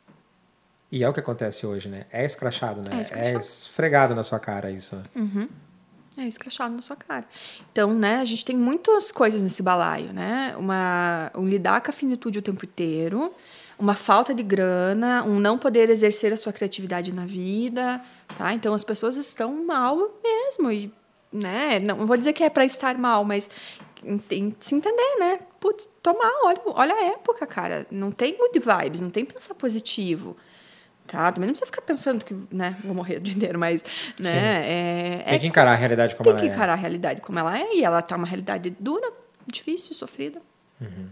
E é o que acontece hoje, né? É escrachado, né? É, escrachado. É esfregado na sua cara isso. Né? Uhum. É escrachado na sua cara. Então, né, a gente tem muitas coisas nesse balaio, né? Uma, um lidar com a finitude o tempo inteiro, uma falta de grana, um não poder exercer a sua criatividade na vida, tá? Então, as pessoas estão mal mesmo. E, né, não vou dizer que é para estar mal, mas tem que se entender, né? Putz, tomar, olha, olha a época, cara. Não tem good vibes, não tem pensar positivo. Tá? Também não precisa ficar pensando que, né, vou morrer o dia inteiro, mas, né, é, tem que encarar a realidade como ela é. Tem que encarar a realidade como ela é, e ela tá uma realidade dura, difícil, sofrida. Uhum.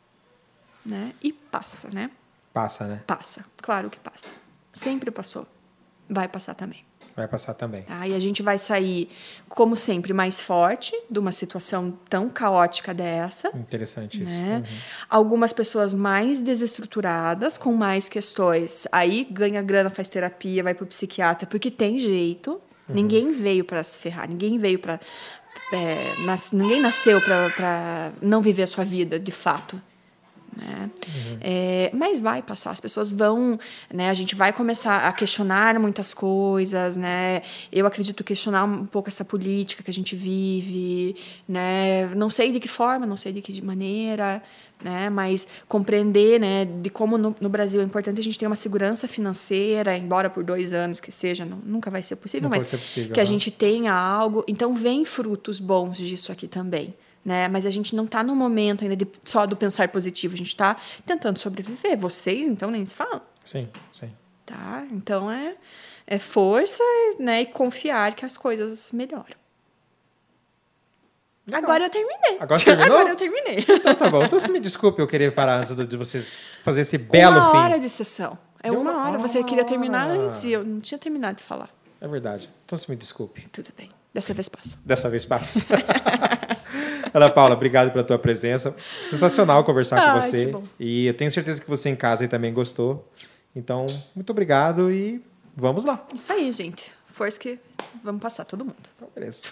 Né? E passa, né? Passa, né? Passa, claro que passa. Sempre passou. Vai passar também. Vai passar também. Tá? E a gente vai sair, como sempre, mais forte de uma situação tão caótica dessa. Interessante isso. Né? Uhum. Algumas pessoas mais desestruturadas, com mais questões. Aí ganha grana, faz terapia, vai pro psiquiatra, porque tem jeito. Uhum. Ninguém veio para se ferrar, ninguém veio para... É, nas, ninguém nasceu para não viver a sua vida, de fato. Né? Uhum. É, mas vai passar, as pessoas vão, né, a gente vai começar a questionar muitas coisas, né? Eu acredito questionar um pouco essa política que a gente vive, né? Não sei de que forma, não sei de que maneira, né? Mas compreender, né, de como no, no Brasil é importante a gente ter uma segurança financeira, embora por dois anos que seja, não, nunca vai ser possível, não mas ser possível, que não. a gente tenha algo. Então vem frutos bons disso aqui também. Né? Mas a gente não está no momento ainda de, só do pensar positivo, a gente está tentando sobreviver. Vocês, então, nem se falam. Sim, sim. Tá? Então, é, é força, né, e confiar que as coisas melhoram. Legal. Agora eu terminei. Agora terminou? Agora eu terminei. Então tá bom. Então você me desculpe eu querer parar antes de você fazer esse belo uma fim. Uma hora de sessão. É Deu uma, uma hora. hora. Você queria terminar antes e eu não tinha terminado de falar. É verdade. Então você me desculpe. Tudo bem. Dessa vez passa. Dessa vez passa. Ana Paula, obrigado pela tua presença. Sensacional conversar Ai, com você. que bom. E eu tenho certeza que você em casa aí também gostou. Então, muito obrigado e vamos lá. Isso aí, gente. Força que vamos passar todo mundo. Então, beleza.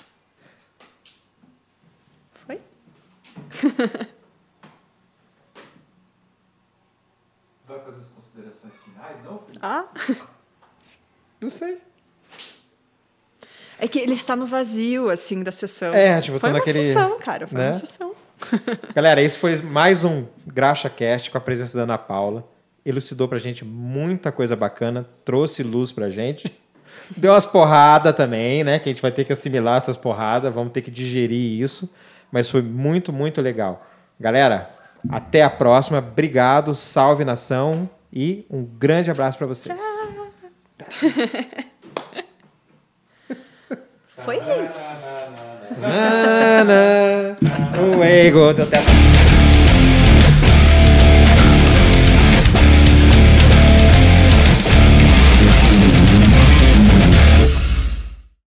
Foi? Vai fazer as considerações. considerações finais, não, Felipe? Ah, Não sei. é que ele está no vazio, assim, da sessão. É, tipo, foi tô uma naquele... sessão, cara, foi né? uma sessão. Galera, esse foi mais um GraxaCast com a presença da Ana Paula. Elucidou pra gente muita coisa bacana, trouxe luz pra gente. Deu umas porradas também, né? Que a gente vai ter que assimilar essas porradas, vamos ter que digerir isso. Mas foi muito, muito legal. Galera, até a próxima. Obrigado, salve nação e um grande abraço pra vocês. Foi, gente? O ego do